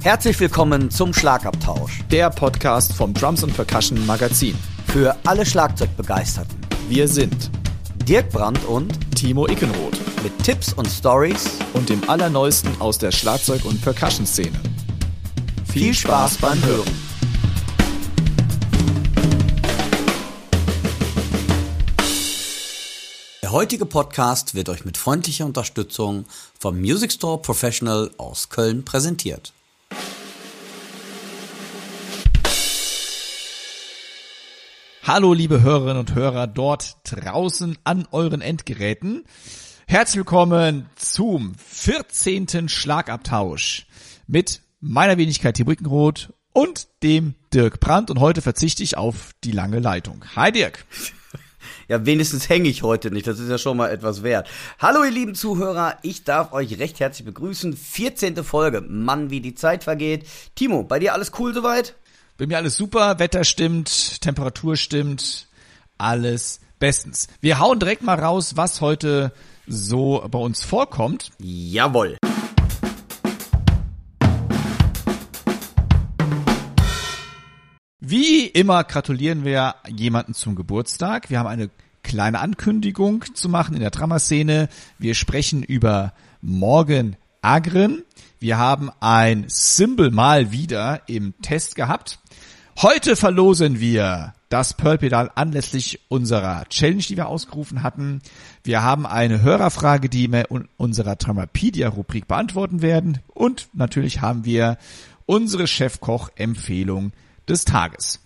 Herzlich willkommen zum Schlagabtausch. Der Podcast vom Drums & Percussion Magazin. Für alle Schlagzeugbegeisterten. Wir sind Dirk Brandt und Timo Ickenroth. Mit Tipps und Stories und dem Allerneuesten aus der Schlagzeug- und Percussion-Szene. Viel Spaß beim Hören. Der heutige Podcast wird euch mit freundlicher Unterstützung vom Music Store Professional aus Köln präsentiert. Hallo liebe Hörerinnen und Hörer dort draußen an euren Endgeräten. Herzlich willkommen zum 14. Schlagabtausch mit meiner Wenigkeit Timo Ickenroth und dem Dirk Brandt. Und heute verzichte ich auf die lange Leitung. Hi Dirk. Ja, wenigstens hänge ich heute nicht, das ist ja schon mal etwas wert. Hallo ihr lieben Zuhörer, ich darf euch recht herzlich begrüßen. 14. Folge, Mann, wie die Zeit vergeht. Timo, bei dir alles cool soweit? Bei mir alles super, Wetter stimmt, Temperatur stimmt, alles bestens. Wir hauen direkt mal raus, was heute so bei uns vorkommt. Jawohl. Wie immer gratulieren wir jemanden zum Geburtstag. Wir haben eine kleine Ankündigung zu machen in der Drama-Szene. Wir sprechen über Morgan Agren. Wir haben ein Cymbal mal wieder im Test gehabt. Heute verlosen wir das Pearl-Pedal anlässlich unserer Challenge, die wir ausgerufen hatten. Wir haben eine Hörerfrage, die wir in unserer Dramapedia-Rubrik beantworten werden. Und natürlich haben wir unsere Chefkoch-Empfehlung des Tages.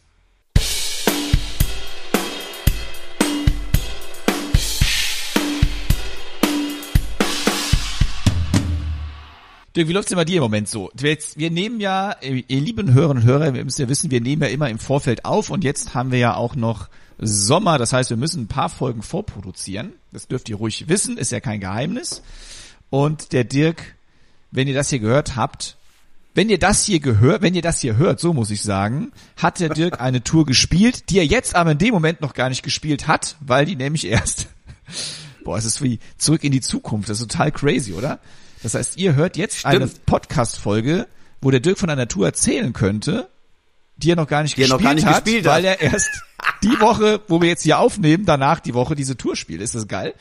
Dirk, wie läuft's denn bei dir im Moment so? Wir nehmen ja, ihr lieben Hörerinnen und Hörer, wir müssen ja wissen, wir nehmen ja immer im Vorfeld auf und jetzt haben wir ja auch noch Sommer, das heißt, wir müssen ein paar Folgen vorproduzieren. Das dürft ihr ruhig wissen, ist ja kein Geheimnis. Und der Dirk, wenn ihr das hier gehört habt, wenn ihr das hier hört, so muss ich sagen, hat der Dirk eine Tour gespielt, die er jetzt aber in dem Moment noch gar nicht gespielt hat, weil die nämlich erst, es ist wie zurück in die Zukunft, das ist total crazy, oder? Das heißt, ihr hört jetzt eine Podcast-Folge, wo der Dirk von einer Tour erzählen könnte, die er noch gar nicht gespielt hat, weil er erst die Woche, wo wir jetzt hier aufnehmen, danach die Woche diese Tour spielt. Ist das geil?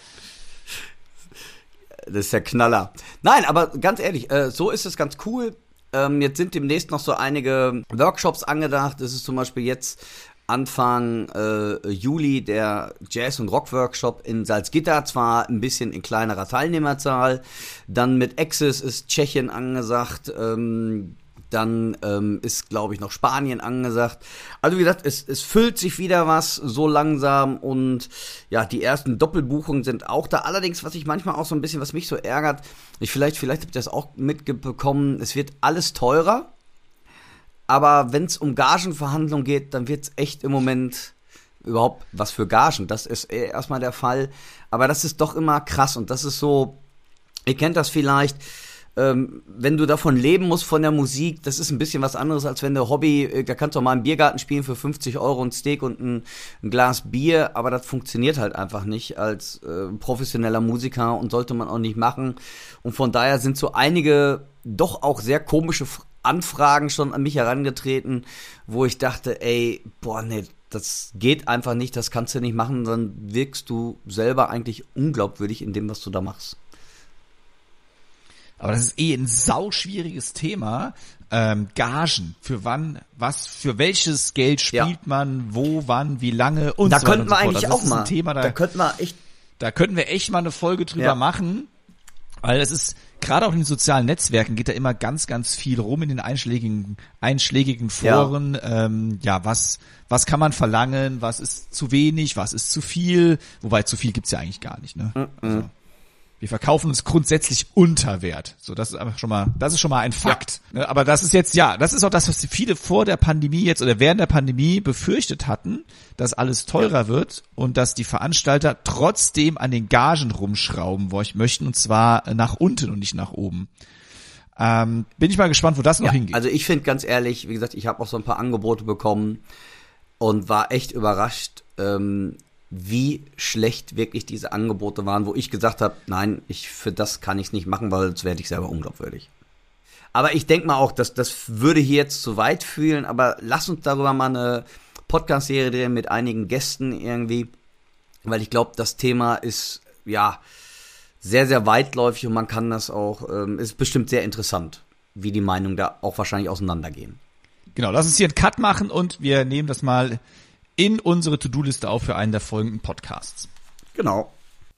Das ist der Knaller. Nein, aber ganz ehrlich, so ist es ganz cool. Jetzt sind demnächst noch so einige Workshops angedacht. Das ist zum Beispiel jetzt Anfang Juli der Jazz- und Rock-Workshop in Salzgitter, zwar ein bisschen in kleinerer Teilnehmerzahl. Dann mit Axis ist Tschechien angesagt. Dann ist, glaube ich, noch Spanien angesagt. Also wie gesagt, es füllt sich wieder was so langsam und ja, die ersten Doppelbuchungen sind auch da. Allerdings, was ich manchmal auch so ein bisschen, was mich so ärgert, vielleicht habt ihr das auch mitbekommen, es wird alles teurer. Aber wenn es um Gagenverhandlungen geht, dann wird's echt im Moment überhaupt was für Gagen. Das ist erstmal der Fall. Aber das ist doch immer krass und das ist so, ihr kennt das vielleicht, wenn du davon leben musst von der Musik, das ist ein bisschen was anderes, als wenn du Hobby, da kannst du auch mal im Biergarten spielen für 50 Euro ein Steak und ein Glas Bier, aber das funktioniert halt einfach nicht als professioneller Musiker und sollte man auch nicht machen. Und von daher sind so einige doch auch sehr komische Anfragen schon an mich herangetreten, wo ich dachte, das geht einfach nicht, das kannst du nicht machen, dann wirkst du selber eigentlich unglaubwürdig in dem, was du da machst. Aber das ist ein sauschwieriges Thema. Gagen, für wann, für welches Geld spielt man, wo, wann, wie lange und da so weiter könnten wir und so eigentlich fort. auch mal, Thema, da könnten wir echt mal eine Folge drüber machen, weil es ist, gerade auch in den sozialen Netzwerken geht da immer ganz, ganz viel rum in den einschlägigen Foren. Was kann man verlangen, was ist zu wenig, was ist zu viel, wobei zu viel gibt's ja eigentlich gar nicht, ne? Also, wir verkaufen uns grundsätzlich unter Wert. So, das ist einfach schon mal ein Fakt. Ja. Aber das ist jetzt, das ist auch das, was viele vor der Pandemie jetzt oder während der Pandemie befürchtet hatten, dass alles teurer wird und dass die Veranstalter trotzdem an den Gagen rumschrauben möchten und zwar nach unten und nicht nach oben. Bin ich mal gespannt, wo das noch hingeht. Also ich finde ganz ehrlich, wie gesagt, ich habe auch so ein paar Angebote bekommen und war echt überrascht, wie schlecht wirklich diese Angebote waren, wo ich gesagt habe, nein, für das kann ich es nicht machen, weil sonst werde ich selber unglaubwürdig. Aber ich denke mal auch, dass das würde hier jetzt zu weit fühlen, aber lass uns darüber mal eine Podcast-Serie drehen mit einigen Gästen irgendwie, weil ich glaube, das Thema ist, ja, sehr, sehr weitläufig und man kann das auch, ist bestimmt sehr interessant, wie die Meinungen da auch wahrscheinlich auseinandergehen. Genau, lass uns hier einen Cut machen und wir nehmen das mal in unsere To-Do-Liste auf für einen der folgenden Podcasts. Genau.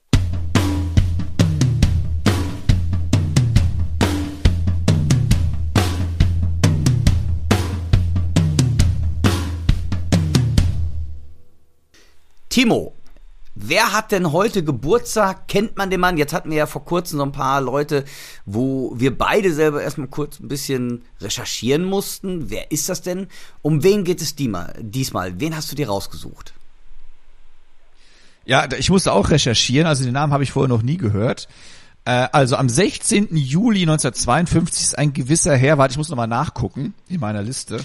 Timo, wer hat denn heute Geburtstag? Kennt man den Mann? Jetzt hatten wir ja vor kurzem so ein paar Leute, wo wir beide selber erstmal kurz ein bisschen recherchieren mussten. Wer ist das denn? Um wen geht es diesmal? Wen hast du dir rausgesucht? Ja, ich musste auch recherchieren, also den Namen habe ich vorher noch nie gehört. Also am 16. Juli 1952 ist ein gewisser Herr, warte, ich muss nochmal nachgucken in meiner Liste.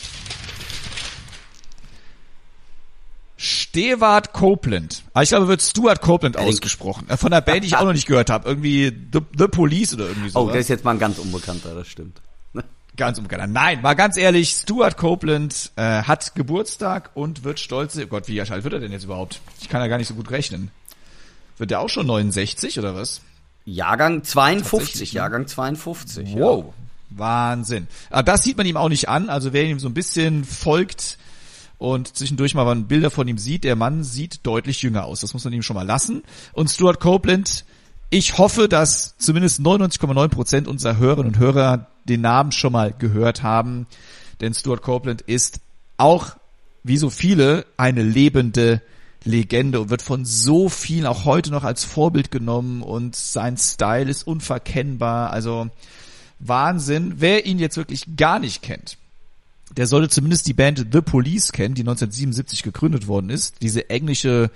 Stewart Copeland. Ich glaube, wird Stuart Copeland ausgesprochen. Von der Band, die ich auch noch nicht gehört habe. Irgendwie The Police oder irgendwie so. Oh, der ist jetzt mal ein ganz Unbekannter, das stimmt. Ganz Unbekannter. Nein, mal ganz ehrlich, Stuart Copeland hat Geburtstag und wird stolz. Oh Gott, wie alt wird er denn jetzt überhaupt? Ich kann ja gar nicht so gut rechnen. Wird der auch schon 69 oder was? Jahrgang 52, Jahrgang 52. Wow, ja. Wahnsinn. Aber das sieht man ihm auch nicht an. Also wer ihm so ein bisschen folgt und zwischendurch mal Bilder von ihm sieht, der Mann sieht deutlich jünger aus. Das muss man ihm schon mal lassen. Und Stuart Copeland, ich hoffe, dass zumindest 99,9% unserer Hörerinnen und Hörer den Namen schon mal gehört haben. Denn Stuart Copeland ist auch, wie so viele, eine lebende Legende und wird von so vielen auch heute noch als Vorbild genommen und sein Style ist unverkennbar. Also Wahnsinn. Wer ihn jetzt wirklich gar nicht kennt, der sollte zumindest die Band The Police kennen, die 1977 gegründet worden ist. Diese englische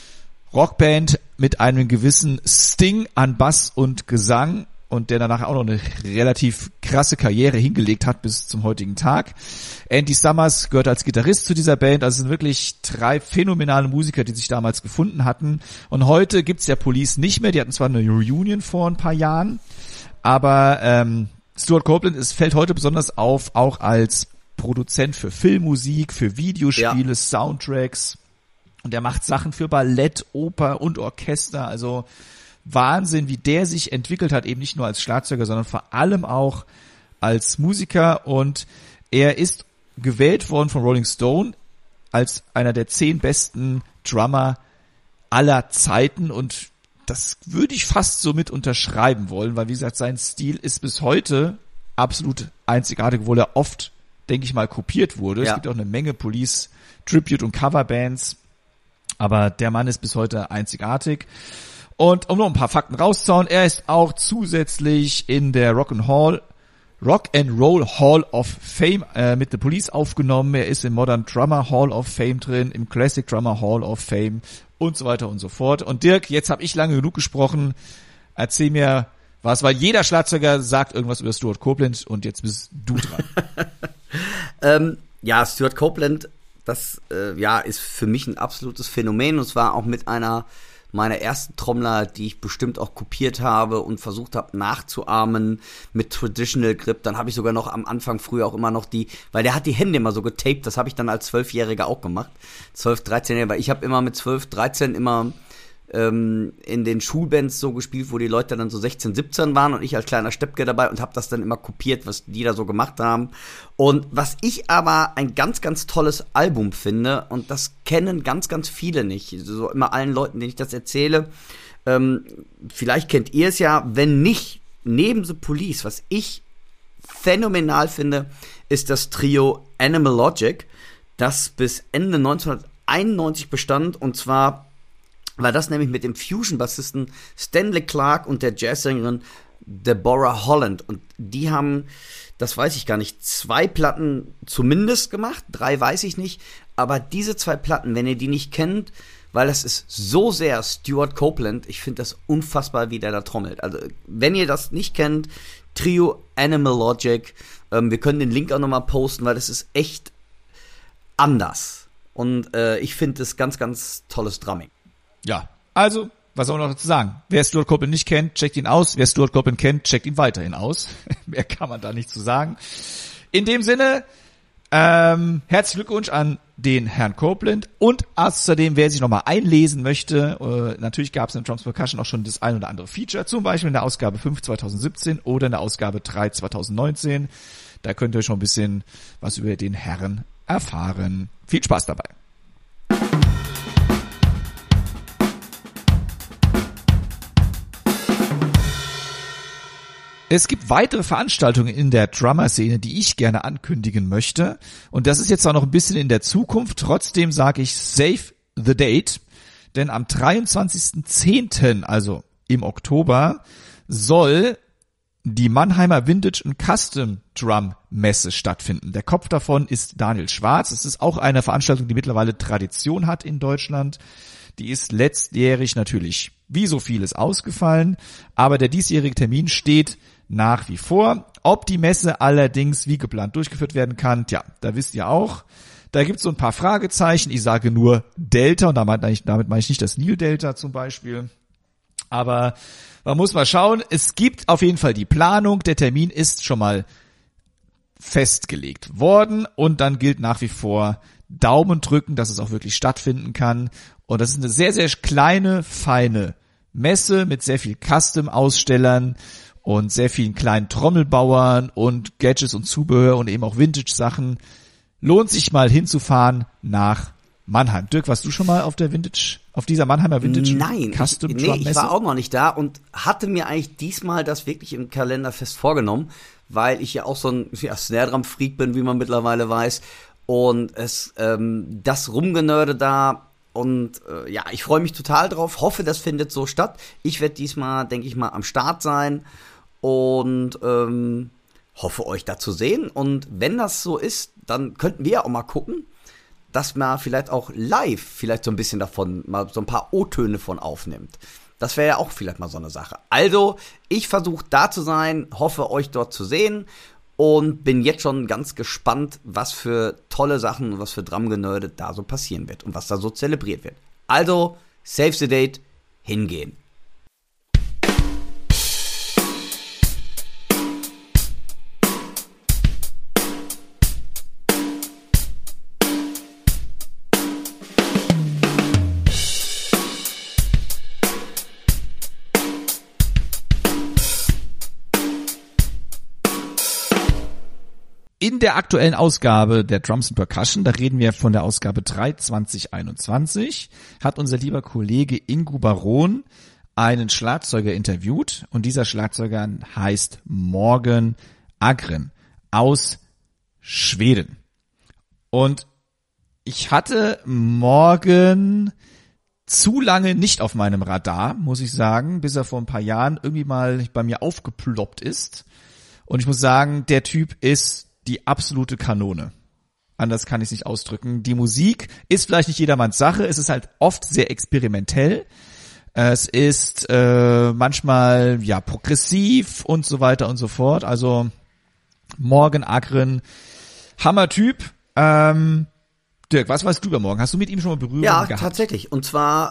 Rockband mit einem gewissen Sting an Bass und Gesang und der danach auch noch eine relativ krasse Karriere hingelegt hat bis zum heutigen Tag. Andy Summers gehört als Gitarrist zu dieser Band. Also es sind wirklich 3 phänomenale Musiker, die sich damals gefunden hatten. Und heute gibt's ja Police nicht mehr. Die hatten zwar eine Reunion vor ein paar Jahren, aber Stuart Copeland fällt heute besonders auf, auch als Produzent für Filmmusik, für Videospiele, Soundtracks. Und er macht Sachen für Ballett, Oper und Orchester. Also Wahnsinn, wie der sich entwickelt hat, eben nicht nur als Schlagzeuger, sondern vor allem auch als Musiker. Und er ist gewählt worden von Rolling Stone als einer der 10 besten Drummer aller Zeiten. Und das würde ich fast so mit unterschreiben wollen, weil wie gesagt, sein Stil ist bis heute absolut einzigartig, obwohl er oft, denke ich mal, kopiert wurde. Ja. Es gibt auch eine Menge Police Tribute- und Coverbands, aber der Mann ist bis heute einzigartig. Und um noch ein paar Fakten rauszuhauen, er ist auch zusätzlich in der Rock and Roll Hall of Fame mit The Police aufgenommen. Er ist im Modern Drummer Hall of Fame drin, im Classic Drummer Hall of Fame und so weiter und so fort. Und Dirk, jetzt habe ich lange genug gesprochen. Erzähl mir was, weil jeder Schlagzeuger sagt irgendwas über Stuart Copeland und jetzt bist du dran. Ja, Stuart Copeland, das ist für mich ein absolutes Phänomen und zwar auch mit einer meiner ersten Trommler, die ich bestimmt auch kopiert habe und versucht habe nachzuahmen mit Traditional Grip. Dann habe ich sogar noch am Anfang früher auch immer noch weil der hat die Hände immer so getaped, das habe ich dann als 12-Jähriger auch gemacht. 12, 13-Jähriger, weil ich habe immer mit 12, 13 immer in den Schulbands so gespielt, wo die Leute dann so 16, 17 waren und ich als kleiner Steppke dabei und habe das dann immer kopiert, was die da so gemacht haben. Und was ich aber ein ganz, ganz tolles Album finde, und das kennen ganz, ganz viele nicht, so immer allen Leuten, denen ich das erzähle, vielleicht kennt ihr es ja, wenn nicht, neben The Police, was ich phänomenal finde, ist das Trio Animal Logic, das bis Ende 1991 bestand, und zwar war das nämlich mit dem Fusion-Bassisten Stanley Clarke und der Jazzsängerin Deborah Holland. Und die haben, das weiß ich gar nicht, 2 Platten zumindest gemacht, 3 weiß ich nicht. Aber diese 2 Platten, wenn ihr die nicht kennt, weil das ist so sehr Stuart Copeland, ich finde das unfassbar, wie der da trommelt. Also wenn ihr das nicht kennt, Trio Animal Logic, wir können den Link auch nochmal posten, weil das ist echt anders. Und ich finde das ganz, ganz tolles Drumming. Ja, also, was soll man noch dazu sagen? Wer Stuart Copeland nicht kennt, checkt ihn aus. Wer Stuart Copeland kennt, checkt ihn weiterhin aus. Mehr kann man da nicht zu sagen. In dem Sinne, herzlichen Glückwunsch an den Herrn Copeland und außerdem, wer sich nochmal einlesen möchte, natürlich gab es in Drums Percussion auch schon das ein oder andere Feature, zum Beispiel in der Ausgabe 5 2017 oder in der Ausgabe 3 2019. Da könnt ihr schon ein bisschen was über den Herrn erfahren. Viel Spaß dabei. Es gibt weitere Veranstaltungen in der Drummer-Szene, die ich gerne ankündigen möchte. Und das ist jetzt auch noch ein bisschen in der Zukunft. Trotzdem sage ich save the date. Denn am 23.10., also im Oktober, soll die Mannheimer Vintage and Custom Drum Messe stattfinden. Der Kopf davon ist Daniel Schwarz. Es ist auch eine Veranstaltung, die mittlerweile Tradition hat in Deutschland. Die ist letztjährig natürlich wie so vieles ausgefallen, aber der diesjährige Termin steht nach wie vor. Ob die Messe allerdings wie geplant durchgeführt werden kann, tja, da wisst ihr auch. Da gibt's so ein paar Fragezeichen. Ich sage nur Delta und damit meine ich nicht das Nil-Delta zum Beispiel. Aber man muss mal schauen. Es gibt auf jeden Fall die Planung. Der Termin ist schon mal festgelegt worden und dann gilt nach wie vor Daumen drücken, dass es auch wirklich stattfinden kann. Und das ist eine sehr, sehr kleine, feine Messe mit sehr viel Custom-Ausstellern und sehr vielen kleinen Trommelbauern und Gadgets und Zubehör und eben auch Vintage-Sachen. Lohnt sich mal hinzufahren nach Mannheim. Dirk, warst du schon mal auf dieser Mannheimer Vintage Custom Drum Messe? Ich war auch noch nicht da und hatte mir eigentlich diesmal das wirklich im Kalender fest vorgenommen, weil ich ja auch so ein Snare Drum Freak bin, wie man mittlerweile weiß. Und das Rumgenörde da und ich freue mich total drauf, hoffe, das findet so statt. Ich werde diesmal, denke ich mal, am Start sein und hoffe, euch da zu sehen. Und wenn das so ist, dann könnten wir ja auch mal gucken, dass man vielleicht auch live vielleicht so ein bisschen davon, mal so ein paar O-Töne von aufnimmt. Das wäre ja auch vielleicht mal so eine Sache. Also, ich versuche da zu sein, hoffe, euch dort zu sehen. Und bin jetzt schon ganz gespannt, was für tolle Sachen und was für Drumgenörde da so passieren wird und was da so zelebriert wird. Also, save the date, hingehen. In der aktuellen Ausgabe der Drums and Percussion, da reden wir von der Ausgabe 3 2021, hat unser lieber Kollege Ingo Baron einen Schlagzeuger interviewt und dieser Schlagzeuger heißt Morgan Agren aus Schweden. Und ich hatte Morgan zu lange nicht auf meinem Radar, muss ich sagen, bis er vor ein paar Jahren irgendwie mal bei mir aufgeploppt ist. Und ich muss sagen, der Typ ist die absolute Kanone. Anders kann ich es nicht ausdrücken. Die Musik ist vielleicht nicht jedermanns Sache. Es ist halt oft sehr experimentell. Es ist manchmal progressiv und so weiter und so fort. Also Morgan Agren, Hammer-Typ. Dirk, was weißt du über Morgan? Hast du mit ihm schon mal Berührung gehabt? Ja, tatsächlich. Und zwar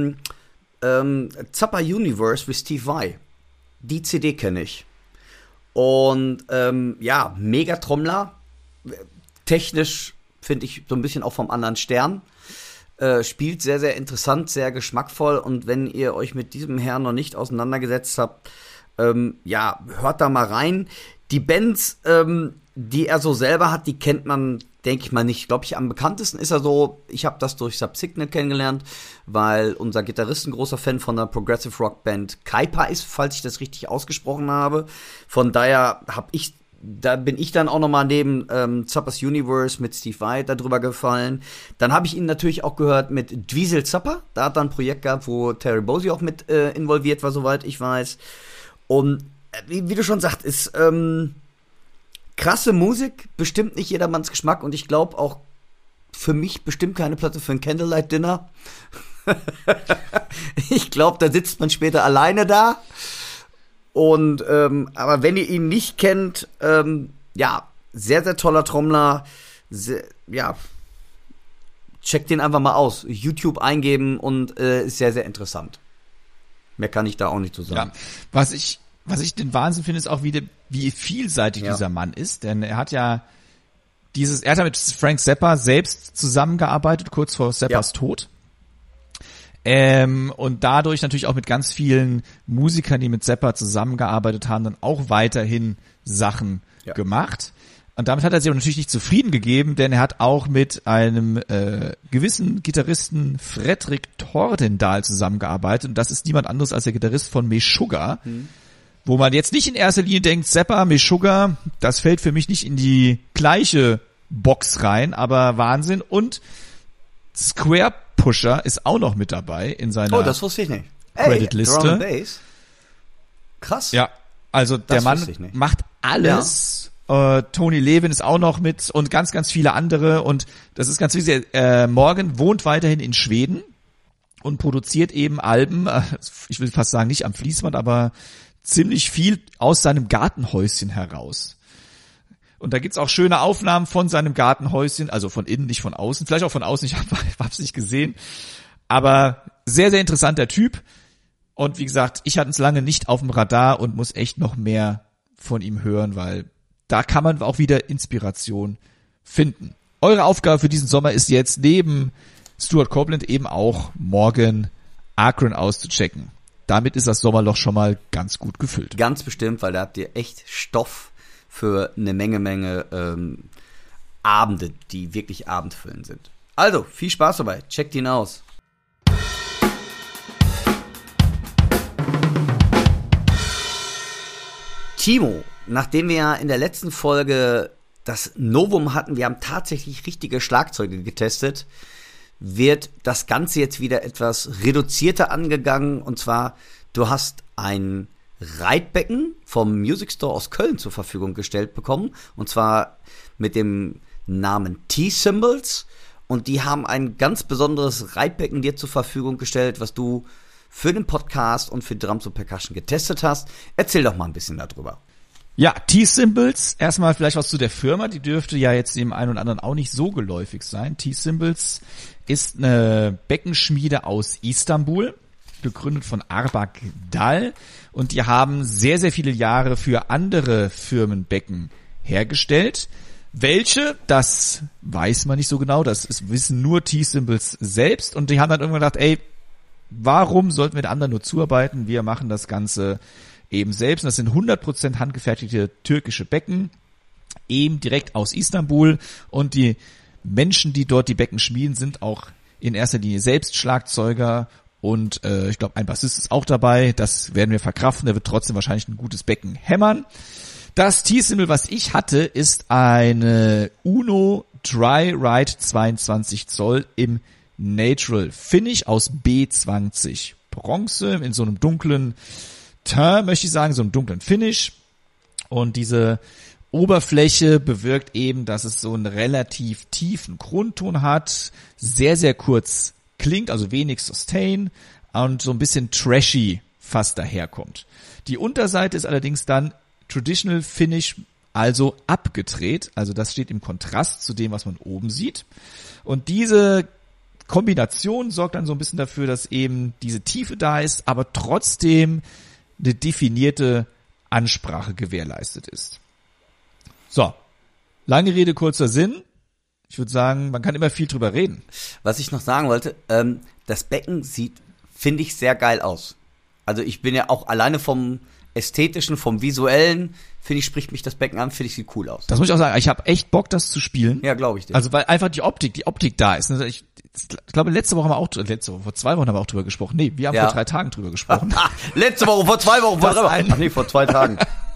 Zappa Universe with Steve Vai. Die CD kenne ich. Und mega Trommler, technisch finde ich so ein bisschen auch vom anderen Stern, spielt sehr, sehr interessant, sehr geschmackvoll und wenn ihr euch mit diesem Herrn noch nicht auseinandergesetzt habt, hört da mal rein. Die Bands, die er so selber hat, die kennt man, denke ich mal, nicht. Glaube ich, am bekanntesten ist er so, ich habe das durch Subsignet kennengelernt, weil unser Gitarrist ein großer Fan von der Progressive Rock Band Kaipa ist, falls ich das richtig ausgesprochen habe. Von daher bin ich dann auch nochmal neben Zappa's Universe mit Steve Vai da drüber gefallen. Dann habe ich ihn natürlich auch gehört mit Dweezil Zappa. Da hat er ein Projekt gehabt, wo Terry Bozzio auch mit involviert war, soweit ich weiß. Und wie du schon sagst, ist krasse Musik, bestimmt nicht jedermanns Geschmack und ich glaube auch für mich bestimmt keine Platte für ein Candlelight Dinner. Ich glaube, da sitzt man später alleine da. Und aber wenn ihr ihn nicht kennt, sehr, sehr toller Trommler. Checkt den einfach mal aus. YouTube eingeben und ist sehr, sehr interessant. Mehr kann ich da auch nicht zu sagen. Ja. Was ich den Wahnsinn finde, ist auch wie vielseitig dieser Mann ist, denn er hat ja mit Frank Zappa selbst zusammengearbeitet, kurz vor Zappas Tod. Und dadurch natürlich auch mit ganz vielen Musikern, die mit Zappa zusammengearbeitet haben, dann auch weiterhin Sachen gemacht. Und damit hat er sich aber natürlich nicht zufrieden gegeben, denn er hat auch mit einem gewissen Gitarristen Fredrik Tordendahl zusammengearbeitet. Und das ist niemand anderes als der Gitarrist von Meshuggah. Wo man jetzt nicht in erster Linie denkt, Zappa, Meshuggah, das fällt für mich nicht in die gleiche Box rein, aber Wahnsinn. Und Square Pusher ist auch noch mit dabei in seiner das wusste ich nicht. Creditliste. Drum and Bass. Krass. Ja, also der Mann macht alles. Ja. Tony Levin ist auch noch mit und ganz, ganz viele andere. Und das ist ganz wichtig. Morgan wohnt weiterhin in Schweden und produziert eben Alben. Ich will fast sagen, nicht am Fließband, aber ziemlich viel aus seinem Gartenhäuschen heraus. Und da gibt's auch schöne Aufnahmen von seinem Gartenhäuschen, also von innen, nicht von außen. Vielleicht auch von außen, ich hab's nicht gesehen. Aber sehr, sehr interessanter Typ. Und wie gesagt, ich hatte es lange nicht auf dem Radar und muss echt noch mehr von ihm hören, weil da kann man auch wieder Inspiration finden. Eure Aufgabe für diesen Sommer ist jetzt neben Stuart Copeland eben auch Morgan Akron auszuchecken. Damit ist das Sommerloch schon mal ganz gut gefüllt. Ganz bestimmt, weil da habt ihr echt Stoff für eine Menge Abende, die wirklich abendfüllend sind. Also, viel Spaß dabei. Checkt ihn aus. Timo, nachdem wir ja in der letzten Folge das Novum hatten, wir haben tatsächlich richtige Schlagzeuge getestet, wird das Ganze jetzt wieder etwas reduzierter angegangen. Und zwar, du hast ein Reitbecken vom Music Store aus Köln zur Verfügung gestellt bekommen. Und zwar mit dem Namen T-Symbols. Und die haben ein ganz besonderes Reitbecken dir zur Verfügung gestellt, was du für den Podcast und für Drums und Percussion getestet hast. Erzähl doch mal ein bisschen darüber. Ja, T-Symbols, erstmal vielleicht was zu der Firma, die dürfte ja jetzt dem einen oder anderen auch nicht so geläufig sein. T-Symbols ist eine Beckenschmiede aus Istanbul, gegründet von Arbak Dal, und die haben sehr, sehr viele Jahre für andere Firmen Becken hergestellt. Welche, das weiß man nicht so genau, wissen nur T-Symbols selbst, und die haben dann irgendwann gedacht, warum sollten wir den anderen nur zuarbeiten? Wir machen das Ganze eben selbst. Und das sind 100% handgefertigte türkische Becken, eben direkt aus Istanbul. Und die Menschen, die dort die Becken schmieden, sind auch in erster Linie selbst Schlagzeuger. Und ich glaube, ein Bassist ist auch dabei. Das werden wir verkraften. Der wird trotzdem wahrscheinlich ein gutes Becken hämmern. Das T-Symbol, was ich hatte, ist eine Uno Dry Ride 22 Zoll im Natural Finish aus B20 Bronze in so einem dunklen Teint, möchte ich sagen, so einem dunklen Finish. Und diese Oberfläche bewirkt eben, dass es so einen relativ tiefen Grundton hat, sehr, sehr kurz klingt, also wenig Sustain und so ein bisschen trashy fast daherkommt. Die Unterseite ist allerdings dann Traditional Finish, also abgedreht, also das steht im Kontrast zu dem, was man oben sieht. Und diese Kombination sorgt dann so ein bisschen dafür, dass eben diese Tiefe da ist, aber trotzdem eine definierte Ansprache gewährleistet ist. So, lange Rede, kurzer Sinn. Ich würde sagen, man kann immer viel drüber reden. Was ich noch sagen wollte, das Becken sieht, finde ich, sehr geil aus. Also ich bin ja auch alleine vom Ästhetischen, vom Visuellen, finde ich, spricht mich das Becken an, finde ich, sieht cool aus. Das muss ich auch sagen, ich habe echt Bock, das zu spielen. Ja, glaube ich dir. Also weil einfach die Optik da ist. Ich glaube, vor 2 Wochen haben wir auch drüber gesprochen. Nee, wir haben vor 3 Tagen drüber gesprochen. Letzte Woche, vor 2 Wochen, vor 2 Tagen.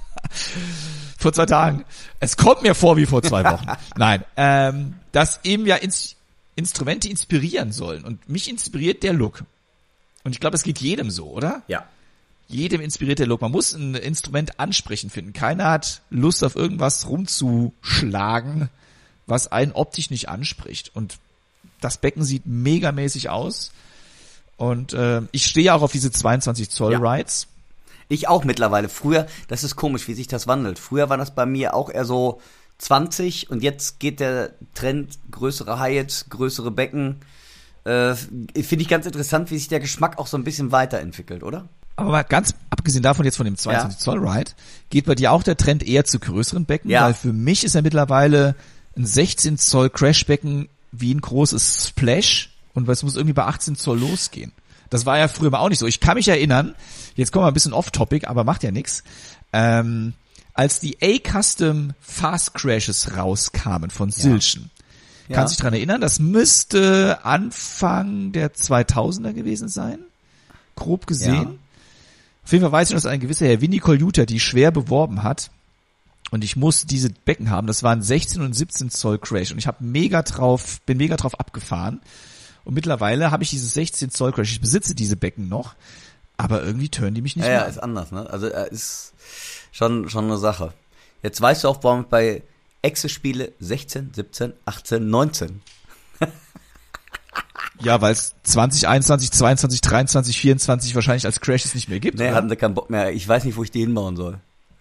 Vor 2 Tagen. Es kommt mir vor wie vor 2 Wochen. Nein, dass eben ja Instrumente inspirieren sollen. Und mich inspiriert der Look. Und ich glaube, das geht jedem so, oder? Ja. Jedem inspiriert der Look. Man muss ein Instrument ansprechend finden. Keiner hat Lust auf irgendwas rumzuschlagen, was einen optisch nicht anspricht. Und das Becken sieht megamäßig aus. Und ich stehe auch auf diese 22 Zoll Rides. Ich auch mittlerweile. Früher, das ist komisch, wie sich das wandelt. Früher war das bei mir auch eher so 20 und jetzt geht der Trend größere Hi-Hats, größere Becken. Finde ich ganz interessant, wie sich der Geschmack auch so ein bisschen weiterentwickelt, oder? Aber mal ganz abgesehen davon jetzt von dem 22 Zoll Ride, geht bei dir auch der Trend eher zu größeren Becken? Ja. Weil für mich ist ja mittlerweile ein 16 Zoll Crashbecken wie ein großes Splash und es muss irgendwie bei 18 Zoll losgehen. Das war ja früher mal auch nicht so. Ich kann mich erinnern, jetzt kommen wir ein bisschen off-topic, aber macht ja nichts. Als die A-Custom Fast Crashes rauskamen von Silchen, kannst du dich dran erinnern? Das müsste Anfang der 2000er gewesen sein, grob gesehen. Ja. Auf jeden Fall weiß ich, dass ein gewisser Herr Winnie Colluter die schwer beworben hat und ich musste diese Becken haben. Das waren 16 und 17 Zoll Crash und ich bin mega drauf abgefahren. Und mittlerweile habe ich dieses 16 Zoll Crash. Ich besitze diese Becken noch, aber irgendwie turnen die mich nicht mehr. Ja, ist anders, ne? Also ist schon eine Sache. Jetzt weißt du auch, warum ich bei Exe spiele 16, 17, 18, 19. Ja, weil es 2021, 22, 23, 24 wahrscheinlich als Crashes nicht mehr gibt. Nee, oder? hatten sie keinen Bock mehr. Ich weiß nicht, wo ich die hinbauen soll.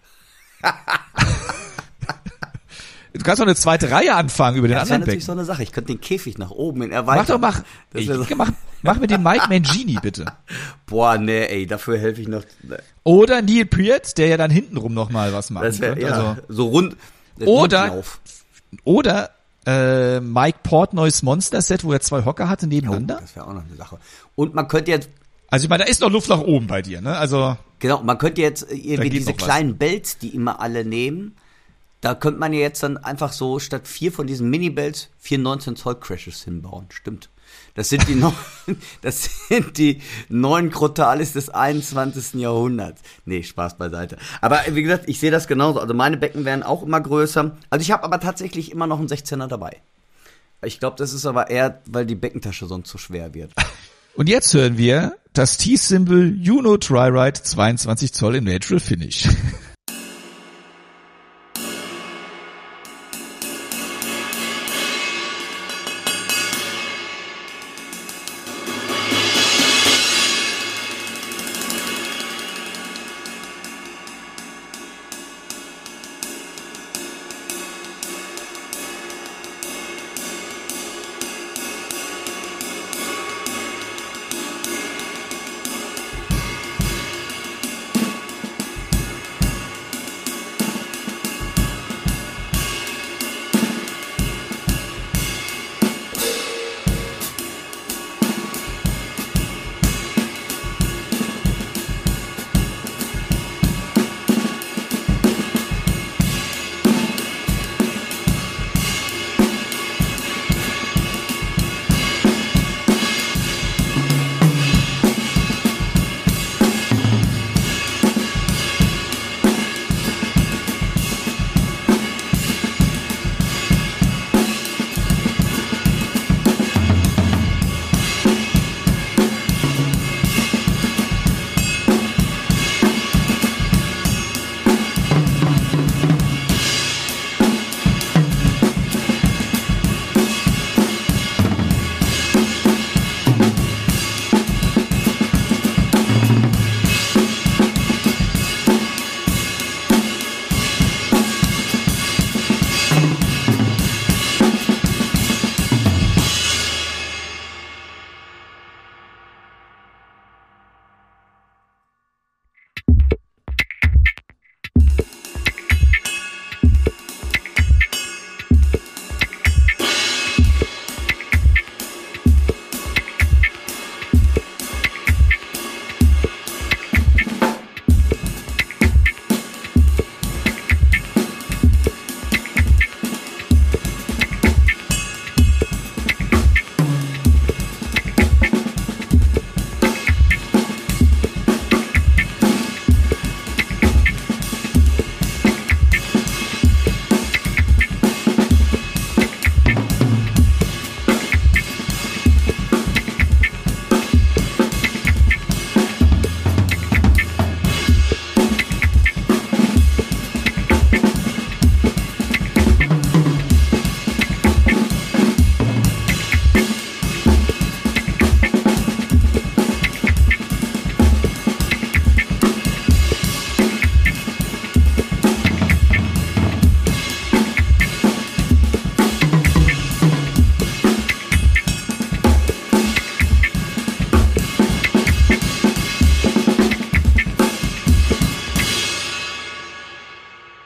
Du kannst doch eine zweite Reihe anfangen über den Das wäre anderen natürlich Becken. so eine Sache. Ich könnte den Käfig nach oben hin erweitern. Mach mit dem Mike Mangini bitte. Boah, nee, ey, dafür helfe ich noch. Oder Neil Peart, der ja dann hintenrum nochmal was macht. Das wäre, Also, so rund. Oder Mike Portnoys Monster Set, wo er 2 Hocker hatte nebeneinander. Das wäre auch noch eine Sache. Und man könnte jetzt, Also ich meine, da ist noch Luft nach oben bei dir, ne? Also genau, man könnte jetzt irgendwie geht diese noch was. kleinen Belts, die immer alle nehmen, da könnte man ja jetzt dann einfach so statt 4 von diesen Mini-Belts 4 19 Zoll Crashes hinbauen. Stimmt. Das sind die neuen Crotales des 21. Jahrhunderts. Nee, Spaß beiseite. Aber wie gesagt, ich sehe das genauso. Also meine Becken werden auch immer größer. Also ich habe aber tatsächlich immer noch einen 16er dabei. Ich glaube, das ist aber eher, weil die Beckentasche sonst zu schwer wird. und jetzt hören wir das T-Symbol Juno Tri-Ride 22 Zoll im Natural Finish.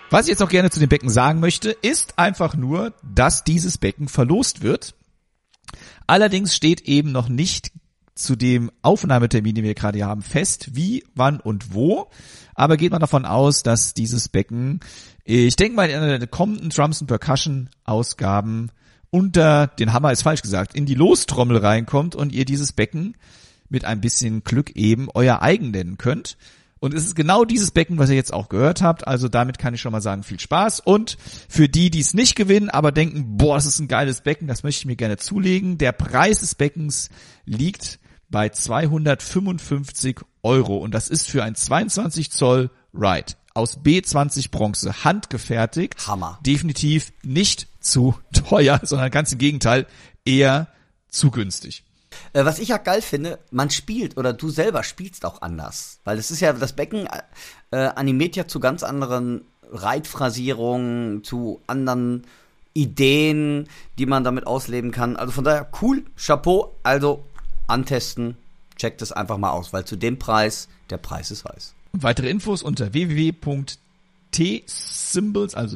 Was ich jetzt noch gerne zu dem Becken sagen möchte, ist einfach nur, dass dieses Becken verlost wird. Allerdings steht eben noch nicht zu dem Aufnahmetermin, den wir gerade haben, fest, wie, wann und wo. Aber geht man davon aus, dass dieses Becken, ich denke mal, in einer der kommenden Drums & Percussion Ausgaben unter den Hammer ist falsch gesagt, in die Lostrommel reinkommt und ihr dieses Becken mit ein bisschen Glück eben euer eigen nennen könnt. Und es ist genau dieses Becken, was ihr jetzt auch gehört habt. Also damit kann ich schon mal sagen, viel Spaß. Und für die, die es nicht gewinnen, aber denken, boah, das ist ein geiles Becken, das möchte ich mir gerne zulegen. Der Preis des Beckens liegt bei 255 €. Und das ist für ein 22 Zoll Ride aus B20 Bronze, handgefertigt. Hammer. Definitiv nicht zu teuer, sondern ganz im Gegenteil, eher zu günstig. Was ich ja geil finde, man spielt oder du selber spielst auch anders. Weil es ist ja, das Becken animiert ja zu ganz anderen Reitphrasierungen, zu anderen Ideen, die man damit ausleben kann. Also von daher cool, Chapeau, also antesten, checkt es einfach mal aus, weil zu dem Preis, der Preis ist heiß. Weitere Infos unter www.tsymbols, also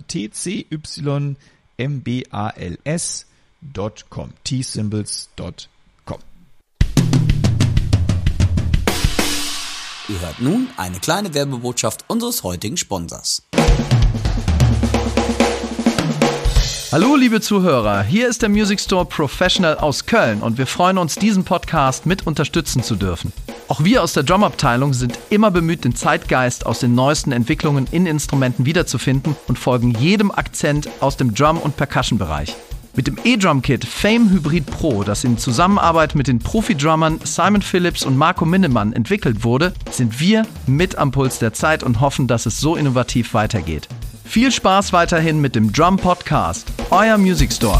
tsymbols.com, tsymbols.com. Ihr hört nun eine kleine Werbebotschaft unseres heutigen Sponsors. Hallo liebe Zuhörer, hier ist der Music Store Professional aus Köln und wir freuen uns, diesen Podcast mit unterstützen zu dürfen. Auch wir aus der Drum-Abteilung sind immer bemüht, den Zeitgeist aus den neuesten Entwicklungen in Instrumenten wiederzufinden und folgen jedem Akzent aus dem Drum- und Percussion-Bereich. Mit dem E-Drum-Kit Fame Hybrid Pro, das in Zusammenarbeit mit den Profi-Drummern Simon Phillips und Marco Minnemann entwickelt wurde, sind wir mit am Puls der Zeit und hoffen, dass es so innovativ weitergeht. Viel Spaß weiterhin mit dem Drum Podcast, euer Music Store.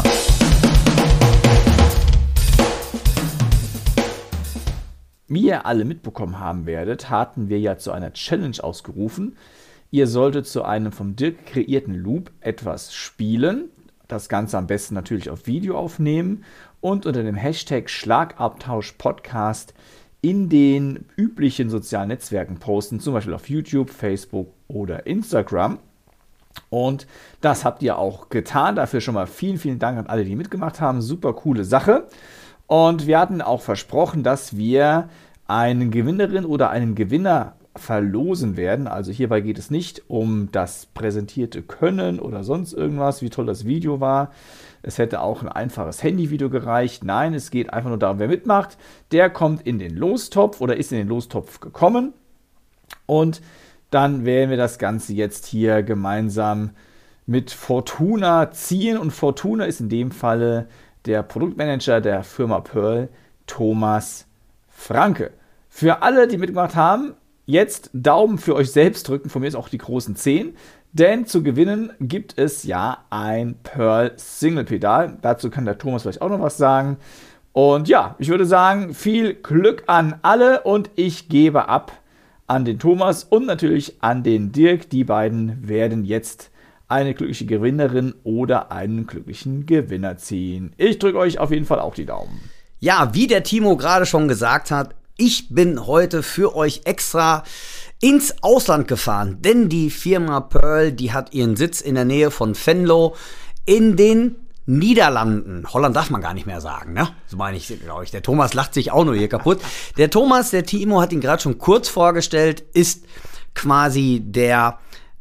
Wie ihr alle mitbekommen haben werdet, hatten wir ja zu einer Challenge ausgerufen. Ihr solltet zu einem vom Dirk kreierten Loop etwas spielen. Das Ganze am besten natürlich auf Video aufnehmen und unter dem Hashtag Schlagabtausch-Podcast in den üblichen sozialen Netzwerken posten, zum Beispiel auf YouTube, Facebook oder Instagram. Und das habt ihr auch getan. Dafür schon mal vielen, vielen Dank an alle, die mitgemacht haben. Super coole Sache. Und wir hatten auch versprochen, dass wir eine Gewinnerin oder einen Gewinner verlosen werden. Also hierbei geht es nicht um das präsentierte Können oder sonst irgendwas, wie toll das Video war. Es hätte auch ein einfaches Handyvideo gereicht. Nein, es geht einfach nur darum, wer mitmacht. Der kommt in den Lostopf oder ist in den Lostopf gekommen. Und dann werden wir das Ganze jetzt hier gemeinsam mit Fortuna ziehen. Und Fortuna ist in dem Falle der Produktmanager der Firma Pearl, Thomas Franke. Für alle, die mitgemacht haben, jetzt Daumen für euch selbst drücken, von mir ist auch die großen 10, denn zu gewinnen gibt es ja ein Pearl Single Pedal. Dazu kann der Thomas vielleicht auch noch was sagen. Und ja, ich würde sagen, viel Glück an alle und ich gebe ab an den Thomas und natürlich an den Dirk. Die beiden werden jetzt eine glückliche Gewinnerin oder einen glücklichen Gewinner ziehen. Ich drücke euch auf jeden Fall auch die Daumen. Ja, wie der Timo gerade schon gesagt hat, ich bin heute für euch extra ins Ausland gefahren, denn die Firma Pearl, die hat ihren Sitz in der Nähe von Venlo in den Niederlanden. Holland darf man gar nicht mehr sagen, ne? So meine ich, glaube ich. Der Thomas lacht sich auch nur hier kaputt. Der Thomas, der Timo hat ihn gerade schon kurz vorgestellt, ist quasi der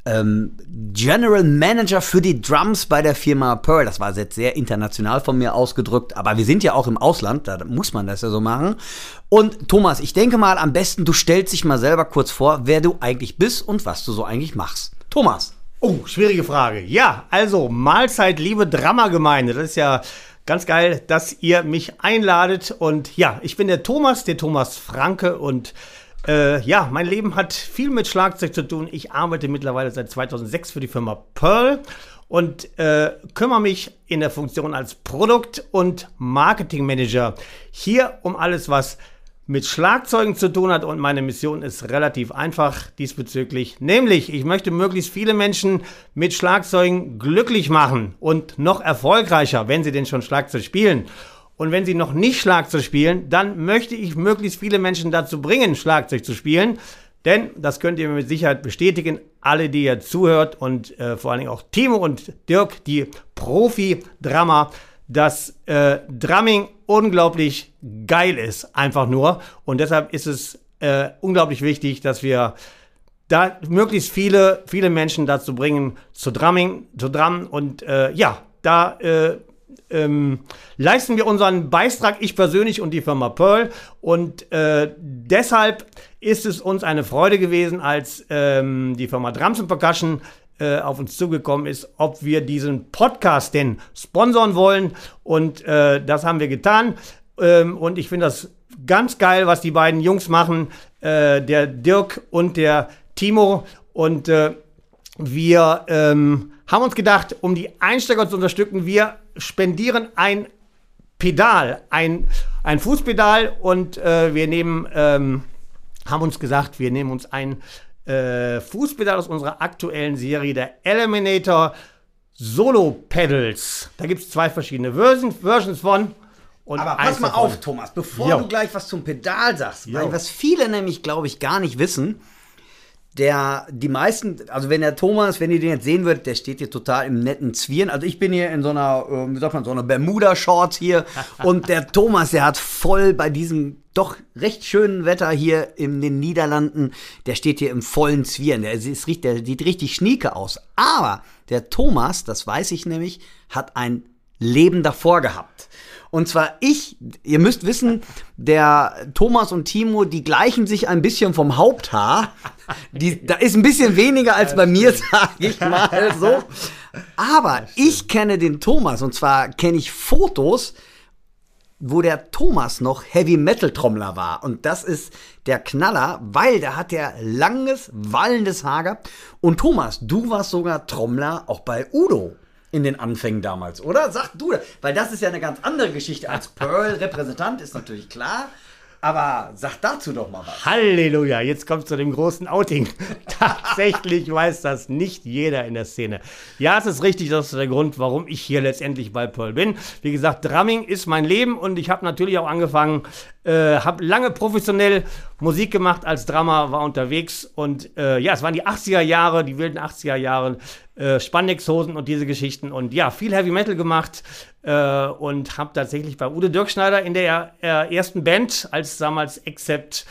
General Manager für die Drums bei der Firma Pearl. Das war jetzt sehr international von mir ausgedrückt, aber wir sind ja auch im Ausland, da muss man das ja so machen. Und Thomas, ich denke mal, am besten, du stellst dich mal selber kurz vor, wer du eigentlich bist und was du so eigentlich machst. Thomas. Oh, schwierige Frage. Ja, also Mahlzeit, liebe Drummergemeinde. Das ist ja ganz geil, dass ihr mich einladet. Und ja, ich bin der Thomas Franke und ja, mein Leben hat viel mit Schlagzeug zu tun. Ich arbeite mittlerweile seit 2006 für die Firma Pearl und kümmere mich in der Funktion als Produkt- und Marketingmanager hier um alles, was mit Schlagzeugen zu tun hat. Und meine Mission ist relativ einfach diesbezüglich. Nämlich, ich möchte möglichst viele Menschen mit Schlagzeugen glücklich machen und noch erfolgreicher, wenn sie denn schon Schlagzeug spielen. Und wenn sie noch nicht Schlagzeug spielen, dann möchte ich möglichst viele Menschen dazu bringen, Schlagzeug zu spielen. Denn, das könnt ihr mir mit Sicherheit bestätigen, alle, die ihr zuhört und vor allen Dingen auch Timo und Dirk, die Profi-Drummer, dass Drumming unglaublich geil ist, einfach nur. Und deshalb ist es unglaublich wichtig, dass wir da möglichst viele Menschen dazu bringen, zu drummen. Und da leisten wir unseren Beitrag, ich persönlich und die Firma Pearl. Und deshalb ist es uns eine Freude gewesen, als die Firma Drums & Percussion auf uns zugekommen ist, ob wir diesen Podcast denn sponsoren wollen. Und das haben wir getan. Und ich finde das ganz geil, was die beiden Jungs machen, der Dirk und der Timo. Und wir haben uns gedacht, um die Einsteiger zu unterstützen, wir spendieren ein Pedal, ein Fußpedal. Und wir haben uns gesagt, wir nehmen uns ein Fußpedal aus unserer aktuellen Serie, der Eliminator Solo Pedals. Da gibt es 2 verschiedene Versions von. Und aber pass mal auf, Thomas, bevor du gleich was zum Pedal sagst, weil was viele nämlich, glaube ich, gar nicht wissen, die meisten, also wenn der Thomas, wenn ihr den jetzt sehen würdet, der steht hier total im netten Zwirn. Also ich bin hier in so einer, so einer Bermuda-Shorts hier und der Thomas, der hat voll bei diesem doch recht schönen Wetter hier in den Niederlanden, der steht hier im vollen Zwirn. Der sieht richtig schnieke aus. Aber der Thomas, das weiß ich nämlich, hat ein Leben davor gehabt. Und zwar ihr müsst wissen, der Thomas und Timo, die gleichen sich ein bisschen vom Haupthaar. Da ist ein bisschen weniger als bei mir, sage ich mal so. Aber ich kenne den Thomas und zwar kenne ich Fotos, wo der Thomas noch Heavy-Metal-Trommler war. Und das ist der Knaller, weil da hat er langes, wallendes Haar gehabt. Und Thomas, du warst sogar Trommler auch bei Udo. In den Anfängen damals, oder? Sag du, weil das ist ja eine ganz andere Geschichte als Pearl-Repräsentant, ist natürlich klar. Aber sag dazu doch mal was. Halleluja, jetzt kommt zu dem großen Outing. Tatsächlich weiß das nicht jeder in der Szene. Ja, es ist richtig, das ist der Grund, warum ich hier letztendlich bei Pearl bin. Wie gesagt, Drumming ist mein Leben und ich habe natürlich auch angefangen, habe lange professionell Musik gemacht als Drummer, war unterwegs und es waren die 80er Jahre, die wilden 80er Jahre, Spandexhosen und diese Geschichten und ja, viel Heavy Metal gemacht und habe tatsächlich bei Udo Dirkschneider in der ersten Band, als damals Accept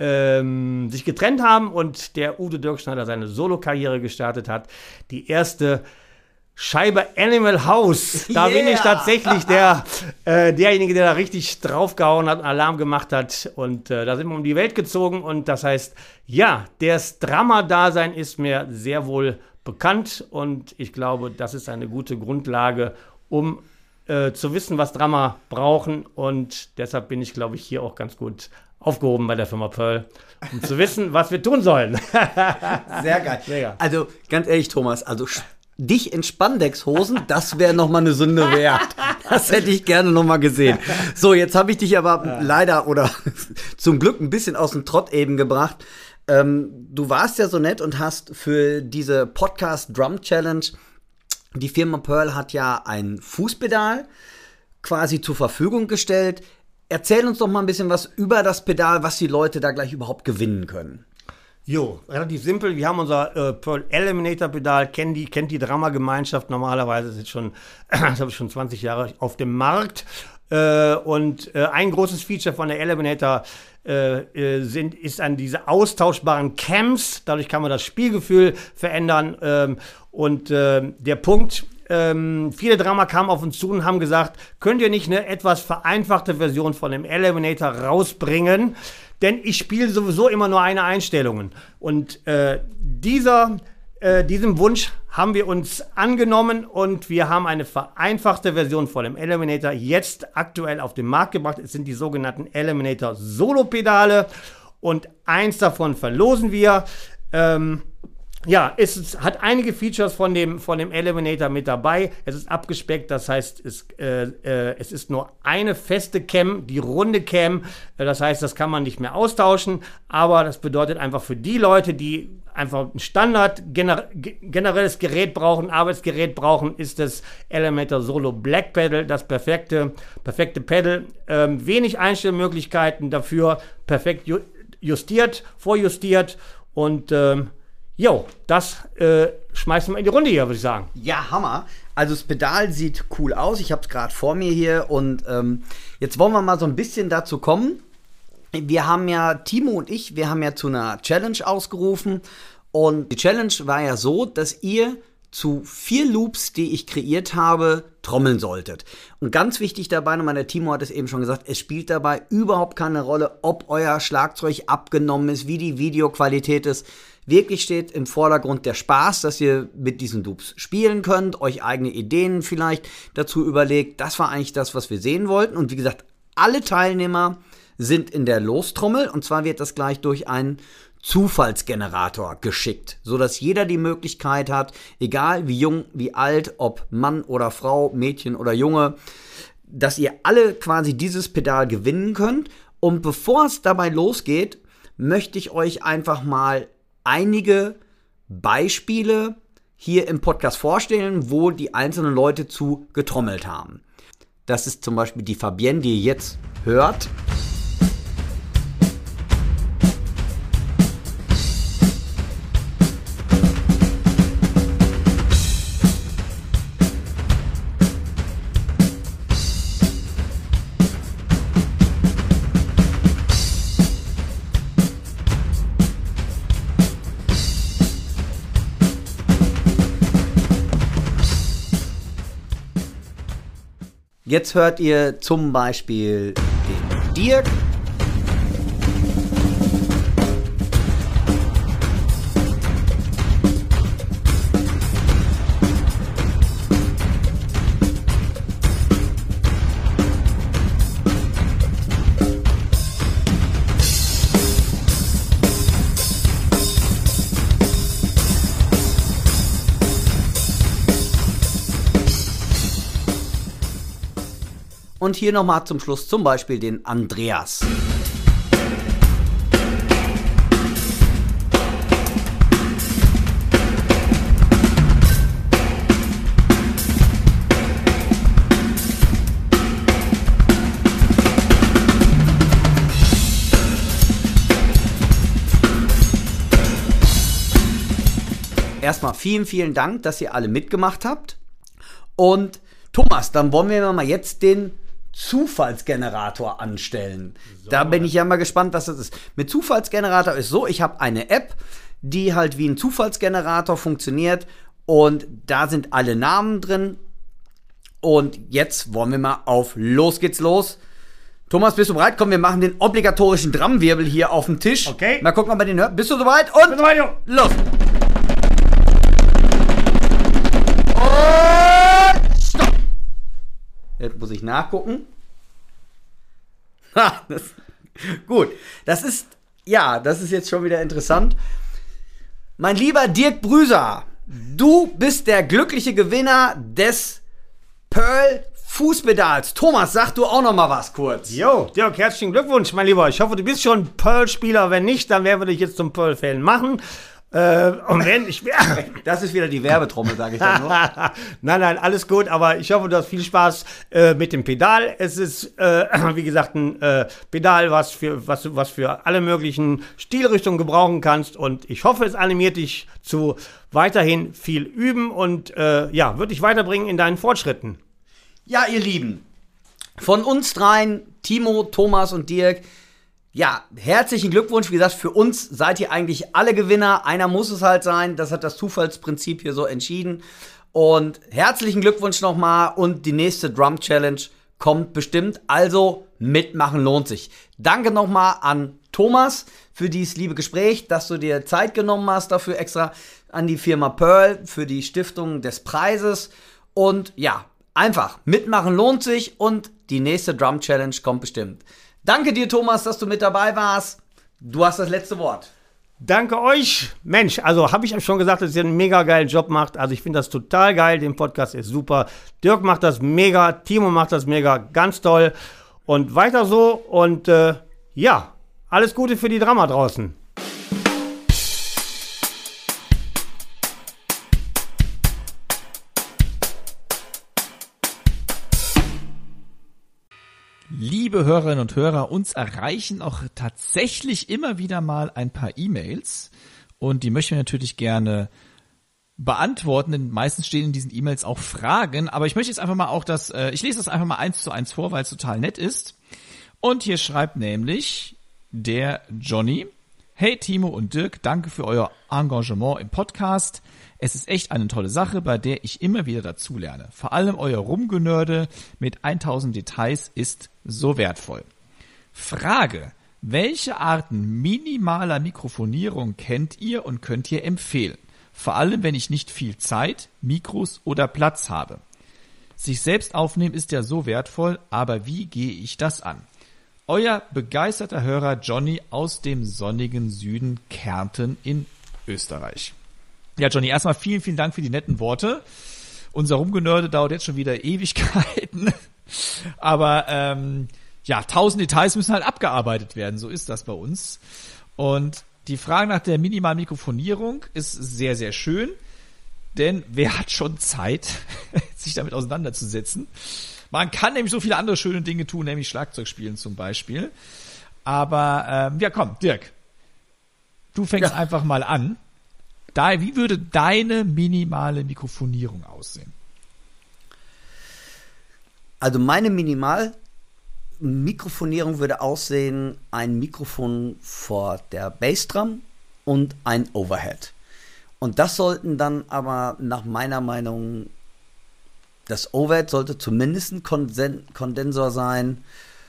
sich getrennt haben und der Udo Dirkschneider seine Solo-Karriere gestartet hat, die erste Scheibe Animal House, da bin ich tatsächlich derjenige, der da richtig draufgehauen hat und Alarm gemacht hat und da sind wir um die Welt gezogen und das heißt, ja, das Drummer-Dasein ist mir sehr wohl bekannt und ich glaube, das ist eine gute Grundlage, um zu wissen, was Drummer brauchen und deshalb bin ich, glaube ich, hier auch ganz gut aufgehoben bei der Firma Pearl, um zu wissen, was wir tun sollen. Sehr geil. Also, ganz ehrlich, Thomas, dich in Spandexhosen, das wäre nochmal eine Sünde wert. Das hätte ich gerne nochmal gesehen. So, jetzt habe ich dich aber leider oder zum Glück ein bisschen aus dem Trott eben gebracht. Du warst ja so nett und hast für diese Podcast Drum Challenge, die Firma Pearl hat ja ein Fußpedal quasi zur Verfügung gestellt. Erzähl uns doch mal ein bisschen was über das Pedal, was die Leute da gleich überhaupt gewinnen können. Jo, relativ simpel. Wir haben unser Pearl Eliminator Pedal, kennt die Drummer-Gemeinschaft normalerweise, das habe ich schon 20 Jahre auf dem Markt. Und ein großes Feature von der Eliminator ist an diese austauschbaren Cams. Dadurch kann man das Spielgefühl verändern. Und der Punkt, viele Drummer kamen auf uns zu und haben gesagt, könnt ihr nicht eine etwas vereinfachte Version von dem Eliminator rausbringen? Denn ich spiele sowieso immer nur eine Einstellung. Und diesem Wunsch haben wir uns angenommen und wir haben eine vereinfachte Version von dem Eliminator jetzt aktuell auf den Markt gebracht. Es sind die sogenannten Eliminator Solo-Pedale und eins davon verlosen wir. Es hat einige Features von dem Eliminator mit dabei. Es ist abgespeckt, das heißt, es ist nur eine feste Cam, die runde Cam. Das heißt, das kann man nicht mehr austauschen. Aber das bedeutet einfach für die Leute, die einfach ein Standard generelles Gerät brauchen, Arbeitsgerät brauchen, ist das Eliminator Solo Black Pedal das perfekte Pedal. Wenig Einstellmöglichkeiten dafür, perfekt vorjustiert Und das schmeißen wir in die Runde hier, würde ich sagen. Ja, Hammer. Also das Pedal sieht cool aus. Ich habe es gerade vor mir hier. Und jetzt wollen wir mal so ein bisschen dazu kommen. Wir haben ja, Timo und ich, wir haben ja zu einer Challenge ausgerufen. Und die Challenge war ja so, dass ihr zu 4 Loops, die ich kreiert habe, trommeln solltet. Und ganz wichtig dabei, nochmal, der Timo hat es eben schon gesagt, es spielt dabei überhaupt keine Rolle, ob euer Schlagzeug abgenommen ist, wie die Videoqualität ist. Wirklich steht im Vordergrund der Spaß, dass ihr mit diesen Loops spielen könnt, euch eigene Ideen vielleicht dazu überlegt. Das war eigentlich das, was wir sehen wollten. Und wie gesagt, alle Teilnehmer sind in der Lostrommel. Und zwar wird das gleich durch einen Zufallsgenerator geschickt, sodass jeder die Möglichkeit hat, egal wie jung, wie alt, ob Mann oder Frau, Mädchen oder Junge, dass ihr alle quasi dieses Pedal gewinnen könnt. Und bevor es dabei losgeht, möchte ich euch einfach mal einige Beispiele hier im Podcast vorstellen, wo die einzelnen Leute zu getrommelt haben. Das ist zum Beispiel die Fabienne, die ihr jetzt hört. Jetzt hört ihr zum Beispiel den Dirk. Und hier nochmal zum Schluss zum Beispiel den Andreas. Erstmal vielen, vielen Dank, dass ihr alle mitgemacht habt. Und Thomas, dann wollen wir mal jetzt den Zufallsgenerator anstellen. So. Da bin ich ja mal gespannt, was das ist. Mit Zufallsgenerator ist so, ich habe eine App, die halt wie ein Zufallsgenerator funktioniert und da sind alle Namen drin. Und jetzt wollen wir mal auf Los geht's los. Thomas, bist du bereit? Komm, wir machen den obligatorischen Drumwirbel hier auf dem Tisch. Okay. Mal gucken, ob man den hört. Bist du soweit? Und bin soweit, jo. Los! Jetzt muss ich nachgucken. Ha, gut. Das ist jetzt schon wieder interessant. Mein lieber Dirk Brüser, du bist der glückliche Gewinner des Pearl Fußpedals. Thomas, sag du auch noch mal was kurz. Jo, Dirk, herzlichen Glückwunsch, mein Lieber. Ich hoffe, du bist schon Pearl-Spieler. Wenn nicht, dann werden wir dich jetzt zum Pearl-Fan machen. Und wenn ich das ist wieder die Werbetrommel, sage ich dann nur. Nein, alles gut, aber ich hoffe, du hast viel Spaß mit dem Pedal. Es ist, wie gesagt, ein Pedal, was für alle möglichen Stilrichtungen gebrauchen kannst. Und ich hoffe, es animiert dich zu weiterhin viel üben und wird dich weiterbringen in deinen Fortschritten. Ja, ihr Lieben, von uns dreien, Timo, Thomas und Dirk, ja, herzlichen Glückwunsch. Wie gesagt, für uns seid ihr eigentlich alle Gewinner. Einer muss es halt sein. Das hat das Zufallsprinzip hier so entschieden. Und herzlichen Glückwunsch nochmal. Und die nächste Drum Challenge kommt bestimmt. Also mitmachen lohnt sich. Danke nochmal an Thomas für dieses liebe Gespräch, dass du dir Zeit genommen hast. Dafür extra an die Firma Pearl für die Stiftung des Preises. Und ja, einfach mitmachen lohnt sich. Und die nächste Drum Challenge kommt bestimmt. Danke dir, Thomas, dass du mit dabei warst. Du hast das letzte Wort. Danke euch. Mensch, also habe ich euch schon gesagt, dass ihr einen mega geilen Job macht. Also ich finde das total geil. Der Podcast ist super. Dirk macht das mega. Timo macht das mega. Ganz toll. Und weiter so. Und alles Gute für die Drama draußen. Liebe Hörerinnen und Hörer, uns erreichen auch tatsächlich immer wieder mal ein paar E-Mails. und die möchten wir natürlich gerne beantworten, denn meistens stehen in diesen E-Mails auch Fragen, aber ich möchte jetzt einfach mal auch ich lese das einfach mal 1:1 vor, weil es total nett ist. Und hier schreibt nämlich der Johnny: Hey Timo und Dirk, danke für euer Engagement im Podcast. Es ist echt eine tolle Sache, bei der ich immer wieder dazulerne. Vor allem euer Rumgenörde mit 1000 Details ist so wertvoll. Frage: Welche Arten minimaler Mikrofonierung kennt ihr und könnt ihr empfehlen? Vor allem, wenn ich nicht viel Zeit, Mikros oder Platz habe. Sich selbst aufnehmen ist ja so wertvoll, aber wie gehe ich das an? Euer begeisterter Hörer Johnny aus dem sonnigen Süden Kärnten in Österreich. Ja, Johnny, erstmal vielen, vielen Dank für die netten Worte. Unser Rumgenörde dauert jetzt schon wieder Ewigkeiten. Aber 1000 Details müssen halt abgearbeitet werden, so ist das bei uns. Und die Frage nach der minimalen Mikrofonierung ist sehr, sehr schön, denn wer hat schon Zeit, sich damit auseinanderzusetzen? Man kann nämlich so viele andere schöne Dinge tun, nämlich Schlagzeug spielen zum Beispiel. Aber komm, Dirk, du fängst einfach mal an. Wie würde deine minimale Mikrofonierung aussehen? Also meine Mikrofonierung würde aussehen, ein Mikrofon vor der Bassdrum und ein Overhead. Und das sollten dann aber nach meiner Meinung, das Overhead sollte zumindest ein Kondensor sein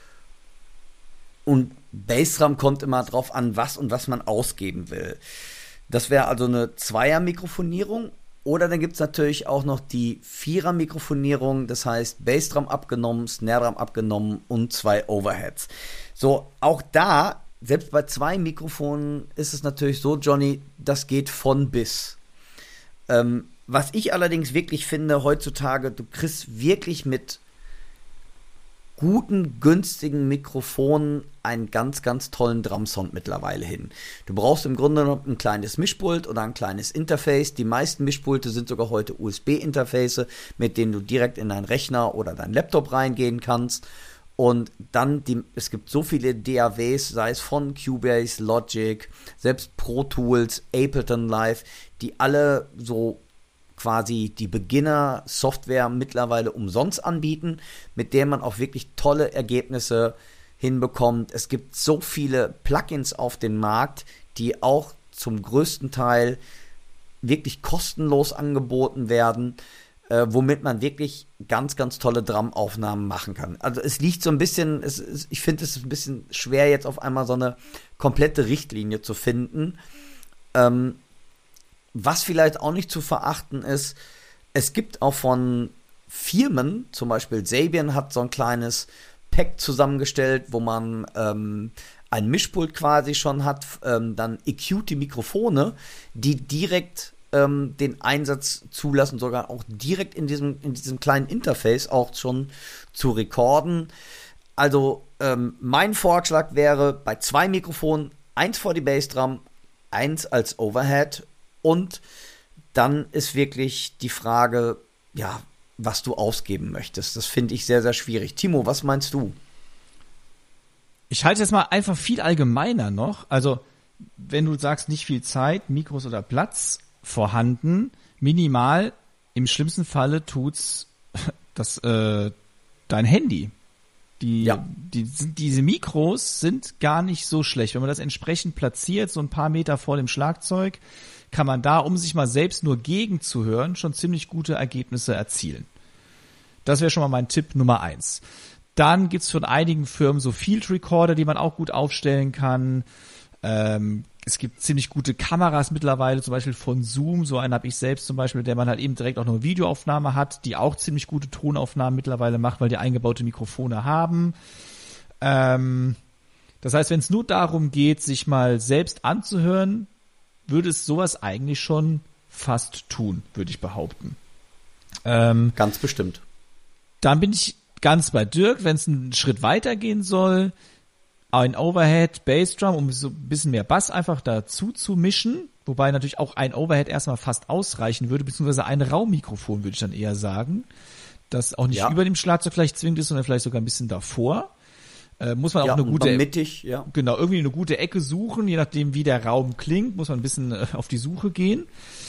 und Bassdrum kommt immer drauf an, was man ausgeben will. Das wäre also eine Zweier-Mikrofonierung. Oder dann gibt es natürlich auch noch die Vierer-Mikrofonierung, das heißt Bassdrum abgenommen, Snare-Drum abgenommen und 2 Overheads. So, auch da, selbst bei 2 Mikrofonen ist es natürlich so, Johnny, das geht von bis. Was ich allerdings wirklich finde heutzutage, du kriegst wirklich mit guten, günstigen Mikrofonen einen ganz, ganz tollen Drumsound mittlerweile hin. Du brauchst im Grunde noch ein kleines Mischpult oder ein kleines Interface. Die meisten Mischpulte sind sogar heute USB-Interface, mit denen du direkt in deinen Rechner oder deinen Laptop reingehen kannst. Und dann, es gibt so viele DAWs, sei es von Cubase, Logic, selbst Pro Tools, Ableton Live, die alle so quasi die Beginner-Software mittlerweile umsonst anbieten, mit der man auch wirklich tolle Ergebnisse hinbekommt. Es gibt so viele Plugins auf dem Markt, die auch zum größten Teil wirklich kostenlos angeboten werden, womit man wirklich ganz, ganz tolle Drum-Aufnahmen machen kann. Also es liegt so ein bisschen, ich finde es ein bisschen schwer, jetzt auf einmal so eine komplette Richtlinie zu finden. Was vielleicht auch nicht zu verachten ist, es gibt auch von Firmen, zum Beispiel Sabian hat so ein kleines Pack zusammengestellt, wo man ein Mischpult quasi schon hat, dann EQT-Mikrofone, die direkt den Einsatz zulassen, sogar auch direkt in diesem kleinen Interface auch schon zu rekorden. Also mein Vorschlag wäre, bei 2 Mikrofonen, 1 vor die Bassdrum, 1 als Overhead. Und dann ist wirklich die Frage, ja, was du ausgeben möchtest. Das finde ich sehr, sehr schwierig. Timo, was meinst du? Ich halte es mal einfach viel allgemeiner noch. Also, wenn du sagst, nicht viel Zeit, Mikros oder Platz vorhanden, minimal, im schlimmsten Falle tut's dein Handy. Diese Mikros sind gar nicht so schlecht. Wenn man das entsprechend platziert, so ein paar Meter vor dem Schlagzeug, kann man da, um sich mal selbst nur gegenzuhören, schon ziemlich gute Ergebnisse erzielen. Das wäre schon mal mein Tipp Nummer 1. Dann gibt's von einigen Firmen so Field Recorder, die man auch gut aufstellen kann. Es gibt ziemlich gute Kameras mittlerweile, zum Beispiel von Zoom. So einen habe ich selbst zum Beispiel, der man halt eben direkt auch noch eine Videoaufnahme hat, die auch ziemlich gute Tonaufnahmen mittlerweile macht, weil die eingebaute Mikrofone haben. Das heißt, wenn es nur darum geht, sich mal selbst anzuhören, würde es sowas eigentlich schon fast tun, würde ich behaupten. Ganz bestimmt. Dann bin ich ganz bei Dirk, wenn es einen Schritt weiter gehen soll, ein Overhead, Bassdrum, um so ein bisschen mehr Bass einfach dazu zu mischen, wobei natürlich auch ein Overhead erstmal fast ausreichen würde, beziehungsweise ein Raummikrofon, würde ich dann eher sagen, das auch nicht über dem Schlagzeug vielleicht zwingend ist, sondern vielleicht sogar ein bisschen davor. muss man auch eine gute, mittig, ja. Genau, irgendwie eine gute Ecke suchen, je nachdem wie der Raum klingt, muss man ein bisschen auf die Suche gehen.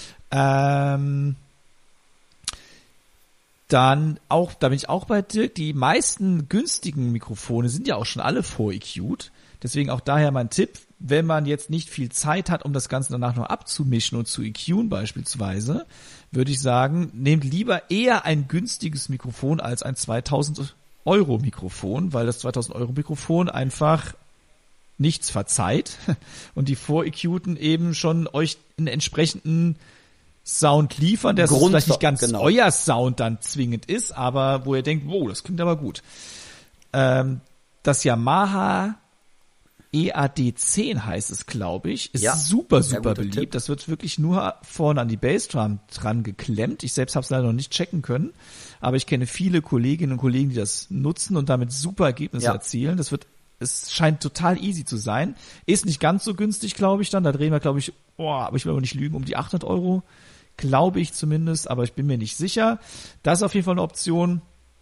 Dann auch, da bin ich auch bei Dirk, die meisten günstigen Mikrofone sind ja auch schon alle vor-EQ'd. Deswegen auch daher mein Tipp, wenn man jetzt nicht viel Zeit hat, um das Ganze danach noch abzumischen und zu EQen beispielsweise, würde ich sagen, nehmt lieber eher ein günstiges Mikrofon als ein 2000 Euro Mikrofon, weil das 2000 Euro Mikrofon einfach nichts verzeiht und die vor-EQten eben schon euch einen entsprechenden Sound liefern, der vielleicht nicht ganz euer Sound dann zwingend ist, aber wo ihr denkt, wow, das klingt aber gut. Das Yamaha EAD10 heißt es, glaube ich, ist super beliebt. Tipp. Das wird wirklich nur vorne an die Bassdrum dran geklemmt. Ich selbst habe es leider noch nicht checken können, aber ich kenne viele Kolleginnen und Kollegen, die das nutzen und damit super Ergebnisse erzielen. Es scheint total easy zu sein. Ist nicht ganz so günstig, glaube ich dann. Da drehen wir, glaube ich, aber ich will aber nicht lügen, um die 800 Euro. Glaube ich zumindest, aber ich bin mir nicht sicher. Das ist auf jeden Fall eine Option.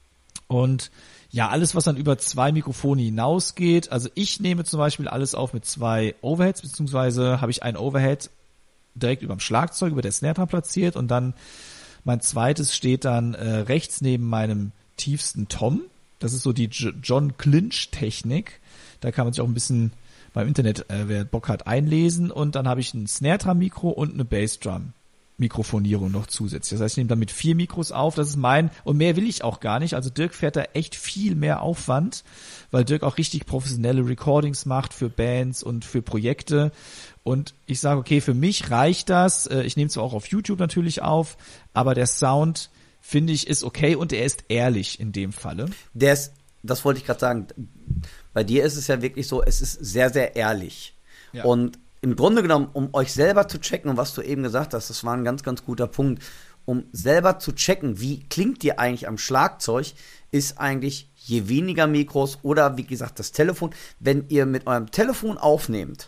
Und ja, alles, was dann über 2 Mikrofone hinausgeht. Also ich nehme zum Beispiel alles auf mit 2 Overheads, beziehungsweise habe ich ein Overhead direkt über dem Schlagzeug, über der Snare Drum platziert und dann mein zweites steht dann rechts neben meinem tiefsten Tom. Das ist so die John Clinch Technik. Da kann man sich auch ein bisschen beim Internet, wer Bock hat, einlesen. Und dann habe ich ein Snare Drum Mikro und eine Bass Drum Mikrofonierung noch zusätzlich. Das heißt, ich nehme damit 4 Mikros auf, das ist und mehr will ich auch gar nicht. Also Dirk fährt da echt viel mehr Aufwand, weil Dirk auch richtig professionelle Recordings macht für Bands und für Projekte. Und ich sage, okay, für mich reicht das. Ich nehme zwar auch auf YouTube natürlich auf, aber der Sound, finde ich, ist okay und er ist ehrlich in dem Falle. Das wollte ich gerade sagen, bei dir ist es ja wirklich so, es ist sehr, sehr ehrlich. Ja. Und im Grunde genommen, um euch selber zu checken, und was du eben gesagt hast, das war ein ganz, ganz guter Punkt, um selber zu checken, wie klingt ihr eigentlich am Schlagzeug, ist eigentlich je weniger Mikros oder wie gesagt das Telefon, wenn ihr mit eurem Telefon aufnehmt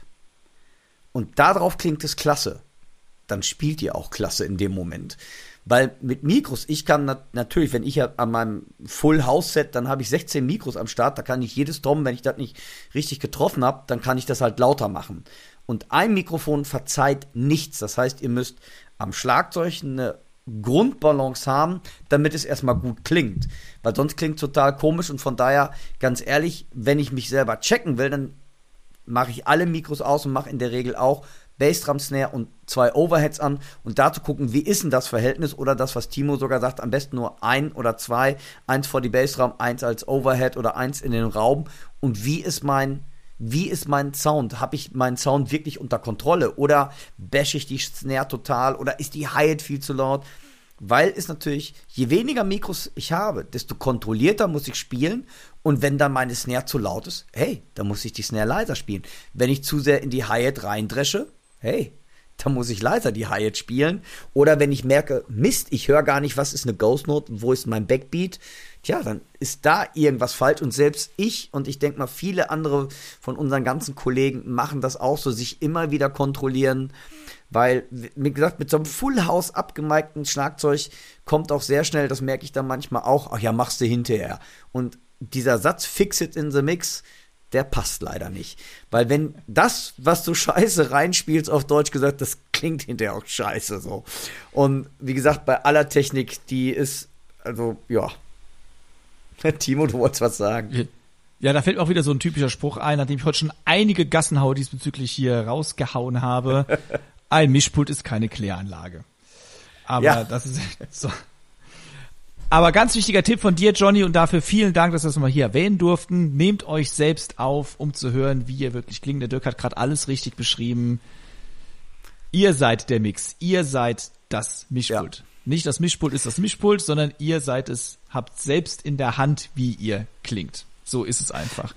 und darauf klingt es klasse, dann spielt ihr auch klasse in dem Moment. Weil mit Mikros, ich kann natürlich, wenn ich an meinem Full-House-Set, dann habe ich 16 Mikros am Start, da kann ich jedes Tom, wenn ich das nicht richtig getroffen habe, dann kann ich das halt lauter machen. Und ein Mikrofon verzeiht nichts. Das heißt, ihr müsst am Schlagzeug eine Grundbalance haben, damit es erstmal gut klingt. Weil sonst klingt es total komisch und von daher, ganz ehrlich, wenn ich mich selber checken will, dann mache ich alle Mikros aus und mache in der Regel auch Bassdrum, Snare und 2 Overheads an und da zu gucken, wie ist denn das Verhältnis oder das, was Timo sogar sagt, am besten nur 1 oder 2, 1 vor die Bassdrum, 1 als Overhead oder 1 in den Raum und wie ist mein Sound? Habe ich meinen Sound wirklich unter Kontrolle? Oder bashe ich die Snare total? Oder ist die Hi-Hat viel zu laut? Weil es natürlich, je weniger Mikros ich habe, desto kontrollierter muss ich spielen. Und wenn dann meine Snare zu laut ist, hey, dann muss ich die Snare leiser spielen. Wenn ich zu sehr in die Hi-Hat reindresche, hey, dann muss ich leiser die Hi-Hat spielen. Oder wenn ich merke, Mist, ich höre gar nicht, was ist eine Ghost Note, wo ist mein Backbeat, tja, dann ist da irgendwas falsch. Und selbst ich und ich denke mal, viele andere von unseren ganzen Kollegen machen das auch so, sich immer wieder kontrollieren. Weil, wie gesagt, mit so einem Full House abgemeigten Schlagzeug kommt auch sehr schnell, das merke ich dann manchmal auch, ach ja, machst du hinterher. Und dieser Satz, fix it in the mix, der passt leider nicht. Weil wenn das, was du scheiße reinspielst, auf Deutsch gesagt, das klingt hinterher auch scheiße so. Und wie gesagt, bei aller Technik, die ist, also, ja. Timo, du wolltest was sagen. Ja, da fällt mir auch wieder so ein typischer Spruch ein, nachdem ich heute schon einige Gassenhaue diesbezüglich hier rausgehauen habe. Ein Mischpult ist keine Kläranlage. Aber das ist so. Aber ganz wichtiger Tipp von dir, Johnny, und dafür vielen Dank, dass wir das mal hier erwähnen durften. Nehmt euch selbst auf, um zu hören, wie ihr wirklich klingt. Der Dirk hat gerade alles richtig beschrieben. Ihr seid der Mix. Ihr seid das Mischpult. Ja. Nicht das Mischpult ist das Mischpult, sondern ihr seid es, habt selbst in der Hand, wie ihr klingt. So ist es einfach.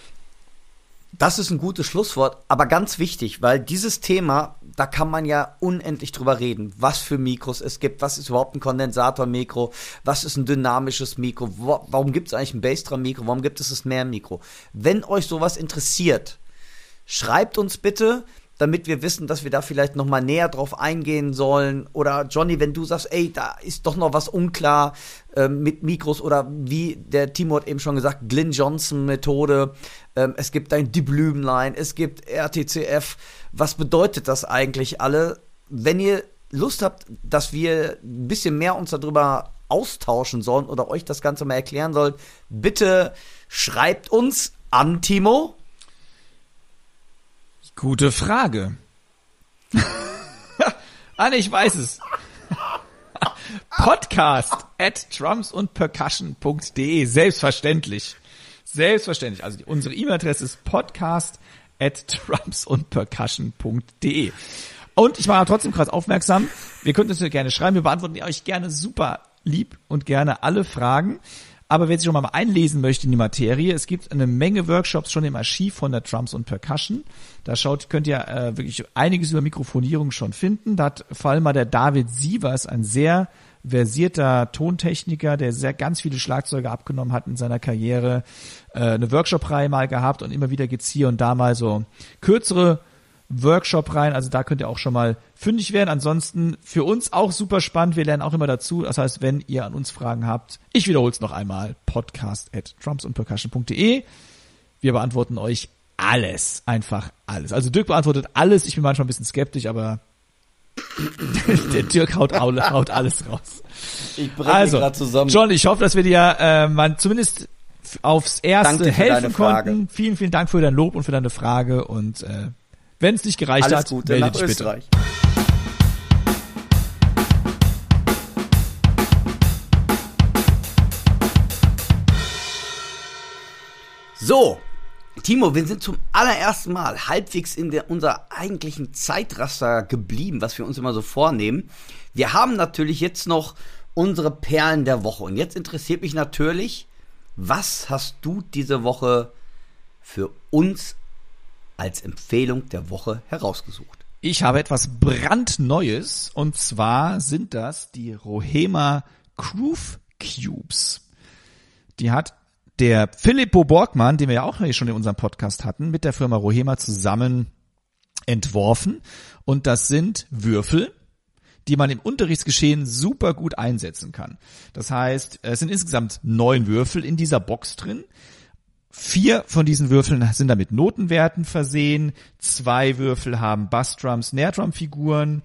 Das ist ein gutes Schlusswort, aber ganz wichtig, weil dieses Thema, da kann man ja unendlich drüber reden, was für Mikros es gibt, was ist überhaupt ein Kondensatormikro, was ist ein dynamisches Mikro, warum gibt es eigentlich ein Bassdrum-Mikro, warum gibt es das Snare-Mikro. Wenn euch sowas interessiert, schreibt uns bitte, damit wir wissen, dass wir da vielleicht noch mal näher drauf eingehen sollen? Oder Johnny, wenn du sagst, ey, da ist doch noch was unklar mit Mikros oder wie der Timo hat eben schon gesagt, Glyn Johnson Methode, es gibt ein Die Blümlein, es gibt RTCF. Was bedeutet das eigentlich alle? Wenn ihr Lust habt, dass wir ein bisschen mehr uns darüber austauschen sollen oder euch das Ganze mal erklären sollen, bitte schreibt uns an, Timo. Gute Frage. Nee, ich weiß es. podcast@drumsundpercussion.de. Selbstverständlich. Selbstverständlich. Also unsere E-Mail-Adresse ist podcast@drumsundpercussion.de. Und ich mache trotzdem gerade aufmerksam, wir könnten uns gerne schreiben, wir beantworten euch gerne super lieb und gerne alle Fragen. Aber wer sich schon mal einlesen möchte in die Materie, es gibt eine Menge Workshops schon im Archiv von der Drums und Percussion. Da könnt ihr wirklich einiges über Mikrofonierung schon finden. Da hat vor allem mal der David Sievers, ein sehr versierter Tontechniker, der ganz viele Schlagzeuge abgenommen hat in seiner Karriere, eine Workshop-Reihe mal gehabt und immer wieder geht's hier und da mal so kürzere Workshop rein, also da könnt ihr auch schon mal fündig werden. Ansonsten für uns auch super spannend, wir lernen auch immer dazu. Das heißt, wenn ihr an uns Fragen habt, ich wiederhole es noch einmal, podcast@drumsundpercussion.de. Wir beantworten euch alles, einfach alles. Also Dirk beantwortet alles, ich bin manchmal ein bisschen skeptisch, aber der Dirk haut alles raus. Ich breche gerade zusammen. John, ich hoffe, dass wir dir zumindest aufs Erste helfen konnten. Vielen, vielen Dank für dein Lob und für deine Frage und wenn es nicht gereicht alles hat, Gute melde nach dich Österreich. Bitte. So, Timo, wir sind zum allerersten Mal halbwegs in unserer eigentlichen Zeitraster geblieben, was wir uns immer so vornehmen. Wir haben natürlich jetzt noch unsere Perlen der Woche. Und jetzt interessiert mich natürlich, was hast du diese Woche für uns als Empfehlung der Woche herausgesucht? Ich habe etwas brandneues und zwar sind das die Rohema Groove Cubes. Die hat der Filippo Borgmann, den wir ja auch schon in unserem Podcast hatten, mit der Firma Rohema zusammen entworfen und das sind Würfel, die man im Unterrichtsgeschehen super gut einsetzen kann. Das heißt, es sind insgesamt 9 Würfel in dieser Box drin. 4 von diesen Würfeln sind da mit Notenwerten versehen, 2 Würfel haben Bassdrum, Snaredrum-Figuren,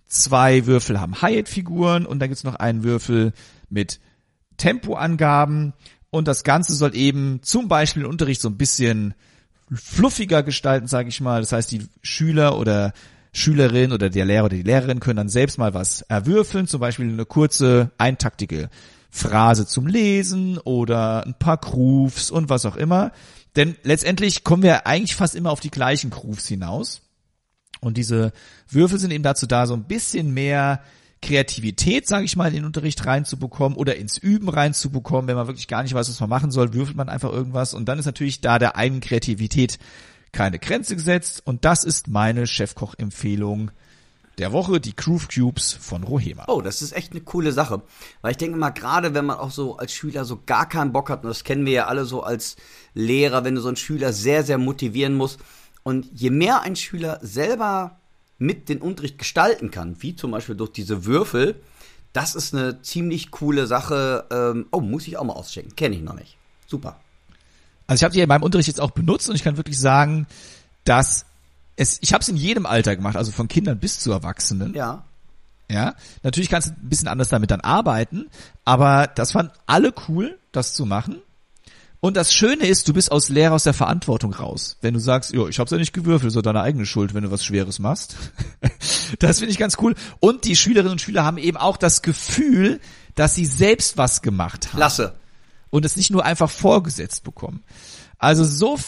2 Würfel haben Hi-Hat-Figuren und dann gibt's noch einen Würfel mit Tempoangaben und das Ganze soll eben zum Beispiel im Unterricht so ein bisschen fluffiger gestalten, sage ich mal. Das heißt, die Schüler oder Schülerin oder der Lehrer oder die Lehrerin können dann selbst mal was erwürfeln, zum Beispiel eine kurze, eintaktige Phrase zum Lesen oder ein paar Grooves und was auch immer. Denn letztendlich kommen wir eigentlich fast immer auf die gleichen Grooves hinaus. Und diese Würfel sind eben dazu da, so ein bisschen mehr Kreativität, sage ich mal, in den Unterricht reinzubekommen oder ins Üben reinzubekommen. Wenn man wirklich gar nicht weiß, was man machen soll, würfelt man einfach irgendwas. Und dann ist natürlich da der eigenen Kreativität keine Grenze gesetzt. Und das ist meine Chefkoch-Empfehlung der Woche, die Groove Cubes von Rohema. Oh, das ist echt eine coole Sache. Weil ich denke mal, gerade wenn man auch so als Schüler so gar keinen Bock hat, und das kennen wir ja alle so als Lehrer, wenn du so einen Schüler sehr, sehr motivieren musst. Und je mehr ein Schüler selber mit den Unterricht gestalten kann, wie zum Beispiel durch diese Würfel, das ist eine ziemlich coole Sache. Muss ich auch mal auschecken. Kenne ich noch nicht. Super. Also ich habe die in meinem Unterricht jetzt auch benutzt und ich kann wirklich sagen, dass ich habe es in jedem Alter gemacht, also von Kindern bis zu Erwachsenen. Ja. Ja, natürlich kannst du ein bisschen anders damit dann arbeiten, aber das fanden alle cool, das zu machen. Und das Schöne ist, du bist als Lehrer aus der Verantwortung raus. Wenn du sagst, jo, ich hab's ja nicht gewürfelt, so deine eigene Schuld, wenn du was Schweres machst. Das finde ich ganz cool. Und die Schülerinnen und Schüler haben eben auch das Gefühl, dass sie selbst was gemacht haben. Klasse. Und es nicht nur einfach vorgesetzt bekommen. Also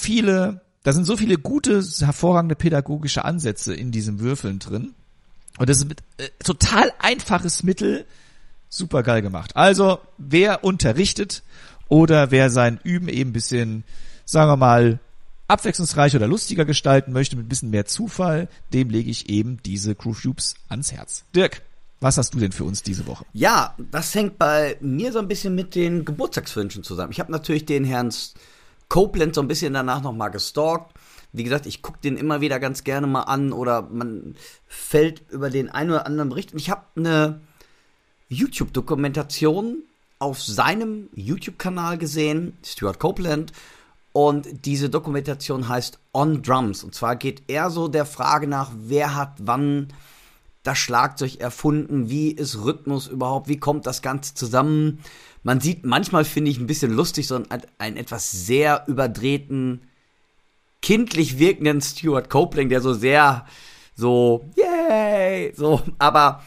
da sind so viele gute, hervorragende pädagogische Ansätze in diesen Würfeln drin. Und das ist mit total einfaches Mittel super geil gemacht. Also, wer unterrichtet oder wer sein Üben eben ein bisschen, sagen wir mal, abwechslungsreich oder lustiger gestalten möchte, mit ein bisschen mehr Zufall, dem lege ich eben diese Groove Cubes ans Herz. Dirk, was hast du denn für uns diese Woche? Ja, das hängt bei mir so ein bisschen mit den Geburtstagswünschen zusammen. Ich habe natürlich den Herrn Copeland so ein bisschen danach nochmal gestalkt. Wie gesagt, ich gucke den immer wieder ganz gerne mal an oder man fällt über den einen oder anderen Bericht. Und ich habe eine YouTube-Dokumentation auf seinem YouTube-Kanal gesehen, Stuart Copeland. Und diese Dokumentation heißt On Drums. Und zwar geht er so der Frage nach, wer hat wann das Schlagzeug erfunden, wie ist Rhythmus überhaupt, wie kommt das Ganze zusammen. Man sieht manchmal, finde ich, ein bisschen lustig, so einen etwas sehr überdrehten, kindlich wirkenden Stuart Copeland, der so sehr so, yay, so, aber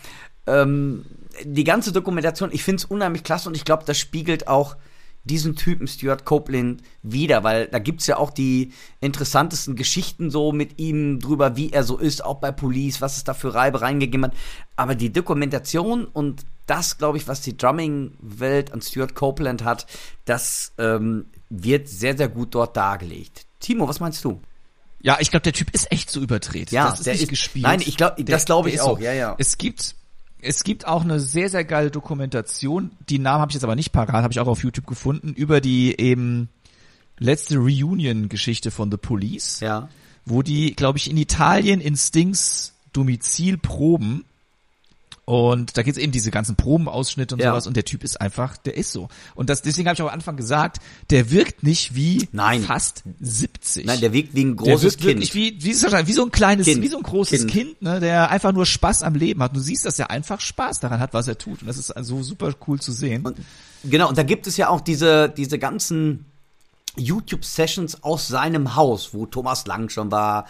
die ganze Dokumentation, ich finde es unheimlich klasse und ich glaube, das spiegelt auch diesen Typen Stuart Copeland wieder, weil da gibt's ja auch die interessantesten Geschichten so mit ihm drüber, wie er so ist, auch bei Police, was es da für Reibereien gegeben hat. Aber die Dokumentation und das, glaube ich, was die Drumming-Welt an Stuart Copeland hat, das wird sehr, sehr gut dort dargelegt. Timo, was meinst du? Ja, ich glaube, der Typ ist echt so überdreht. Ja, das ist nicht gespielt. Nein, das glaube ich auch. So. Ja. Es gibt auch eine sehr, sehr geile Dokumentation, die Namen habe ich jetzt aber nicht parat, habe ich auch auf YouTube gefunden, über die eben letzte Reunion-Geschichte von The Police, ja, wo die, glaube ich, in Italien in Stings Domizil proben. Und da geht's eben diese ganzen Probenausschnitte und sowas und der Typ ist einfach, der ist so. Und deswegen habe ich auch am Anfang gesagt, der wirkt nicht wie fast 70. Nein, der wirkt wie ein großes Kind. Wirklich wie so ein kleines, wie so ein großes Kind, ne, der einfach nur Spaß am Leben hat. Du siehst, dass er einfach Spaß daran hat, was er tut. Und das ist also super cool zu sehen. Und, genau, und da gibt es ja auch diese ganzen YouTube-Sessions aus seinem Haus, wo Thomas Lang schon war,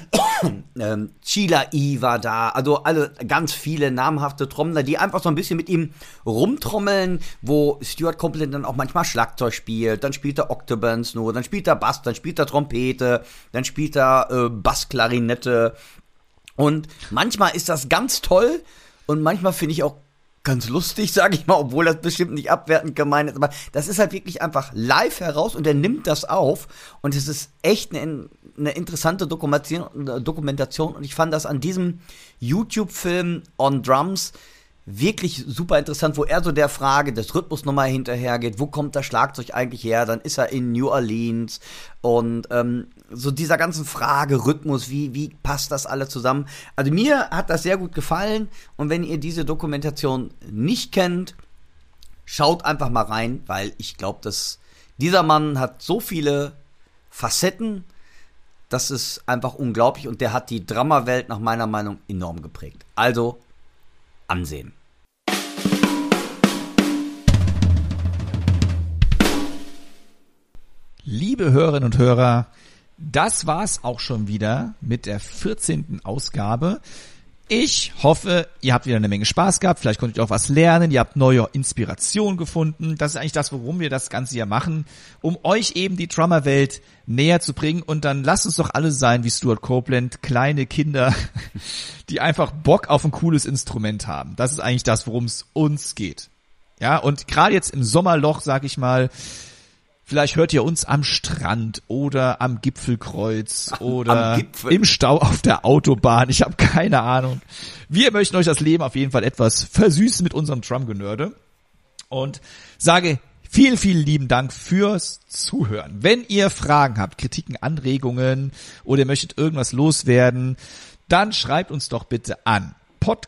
Sheila E. war da, also alle ganz viele namhafte Trommler, die einfach so ein bisschen mit ihm rumtrommeln, wo Stuart Copeland dann auch manchmal Schlagzeug spielt, dann spielt er Octobands nur, dann spielt er Bass, dann spielt er Trompete, dann spielt er Bassklarinette und manchmal ist das ganz toll und manchmal finde ich auch ganz lustig, sage ich mal, obwohl das bestimmt nicht abwertend gemeint ist, aber das ist halt wirklich einfach live heraus und er nimmt das auf und es ist echt eine interessante Dokumentation und ich fand das an diesem YouTube-Film On Drums wirklich super interessant, wo er so der Frage des Rhythmus nochmal hinterhergeht, wo kommt das Schlagzeug eigentlich her, dann ist er in New Orleans und so dieser ganzen Frage Rhythmus, wie passt das alle zusammen, also mir hat das sehr gut gefallen und wenn ihr diese Dokumentation nicht kennt, schaut einfach mal rein, weil ich glaube, dass dieser Mann hat so viele Facetten, das ist einfach unglaublich und der hat die Drummerwelt nach meiner Meinung enorm geprägt, also ansehen. Liebe Hörerinnen und Hörer, das war's auch schon wieder mit der 14. Ausgabe. Ich hoffe, ihr habt wieder eine Menge Spaß gehabt, vielleicht konntet ihr auch was lernen, ihr habt neue Inspiration gefunden. Das ist eigentlich das, worum wir das Ganze hier machen, um euch eben die Drummerwelt näher zu bringen. Und dann lasst uns doch alle sein wie Stuart Copeland, kleine Kinder, die einfach Bock auf ein cooles Instrument haben. Das ist eigentlich das, worum es uns geht. Ja, und gerade jetzt im Sommerloch, sag ich mal, vielleicht hört ihr uns am Strand oder am Gipfelkreuz oder im Stau auf der Autobahn. Ich habe keine Ahnung. Wir möchten euch das Leben auf jeden Fall etwas versüßen mit unserem Drum-Genörde. Und sage vielen, vielen lieben Dank fürs Zuhören. Wenn ihr Fragen habt, Kritiken, Anregungen oder ihr möchtet irgendwas loswerden, dann schreibt uns doch bitte an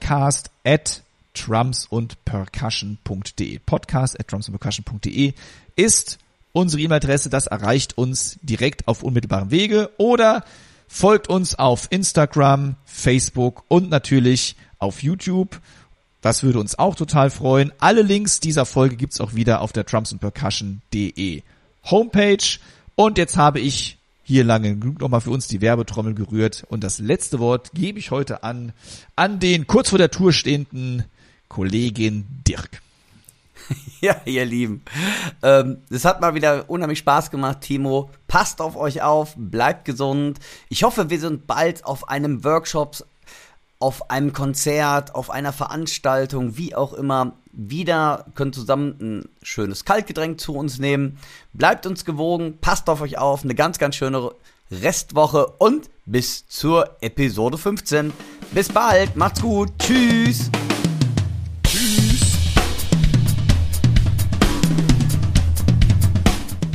podcast@drumsundpercussion.de. podcast@drumsundpercussion.de ist unsere E-Mail-Adresse, das erreicht uns direkt auf unmittelbarem Wege oder folgt uns auf Instagram, Facebook und natürlich auf YouTube. Das würde uns auch total freuen. Alle Links dieser Folge gibt's auch wieder auf der drumsundpercussion.de Homepage. Und jetzt habe ich hier lange genug nochmal für uns die Werbetrommel gerührt und das letzte Wort gebe ich heute an den kurz vor der Tour stehenden Kollegin Dirk. Ja, ihr Lieben, es hat mal wieder unheimlich Spaß gemacht, Timo. Passt auf euch auf, bleibt gesund. Ich hoffe, wir sind bald auf einem Workshop, auf einem Konzert, auf einer Veranstaltung, wie auch immer, wieder, können zusammen ein schönes Kaltgetränk zu uns nehmen. Bleibt uns gewogen, passt auf euch auf, eine ganz, ganz schöne Restwoche und bis zur Episode 15. Bis bald, macht's gut, tschüss.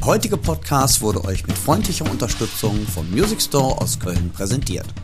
Der heutige Podcast wurde euch mit freundlicher Unterstützung vom Music Store aus Köln präsentiert.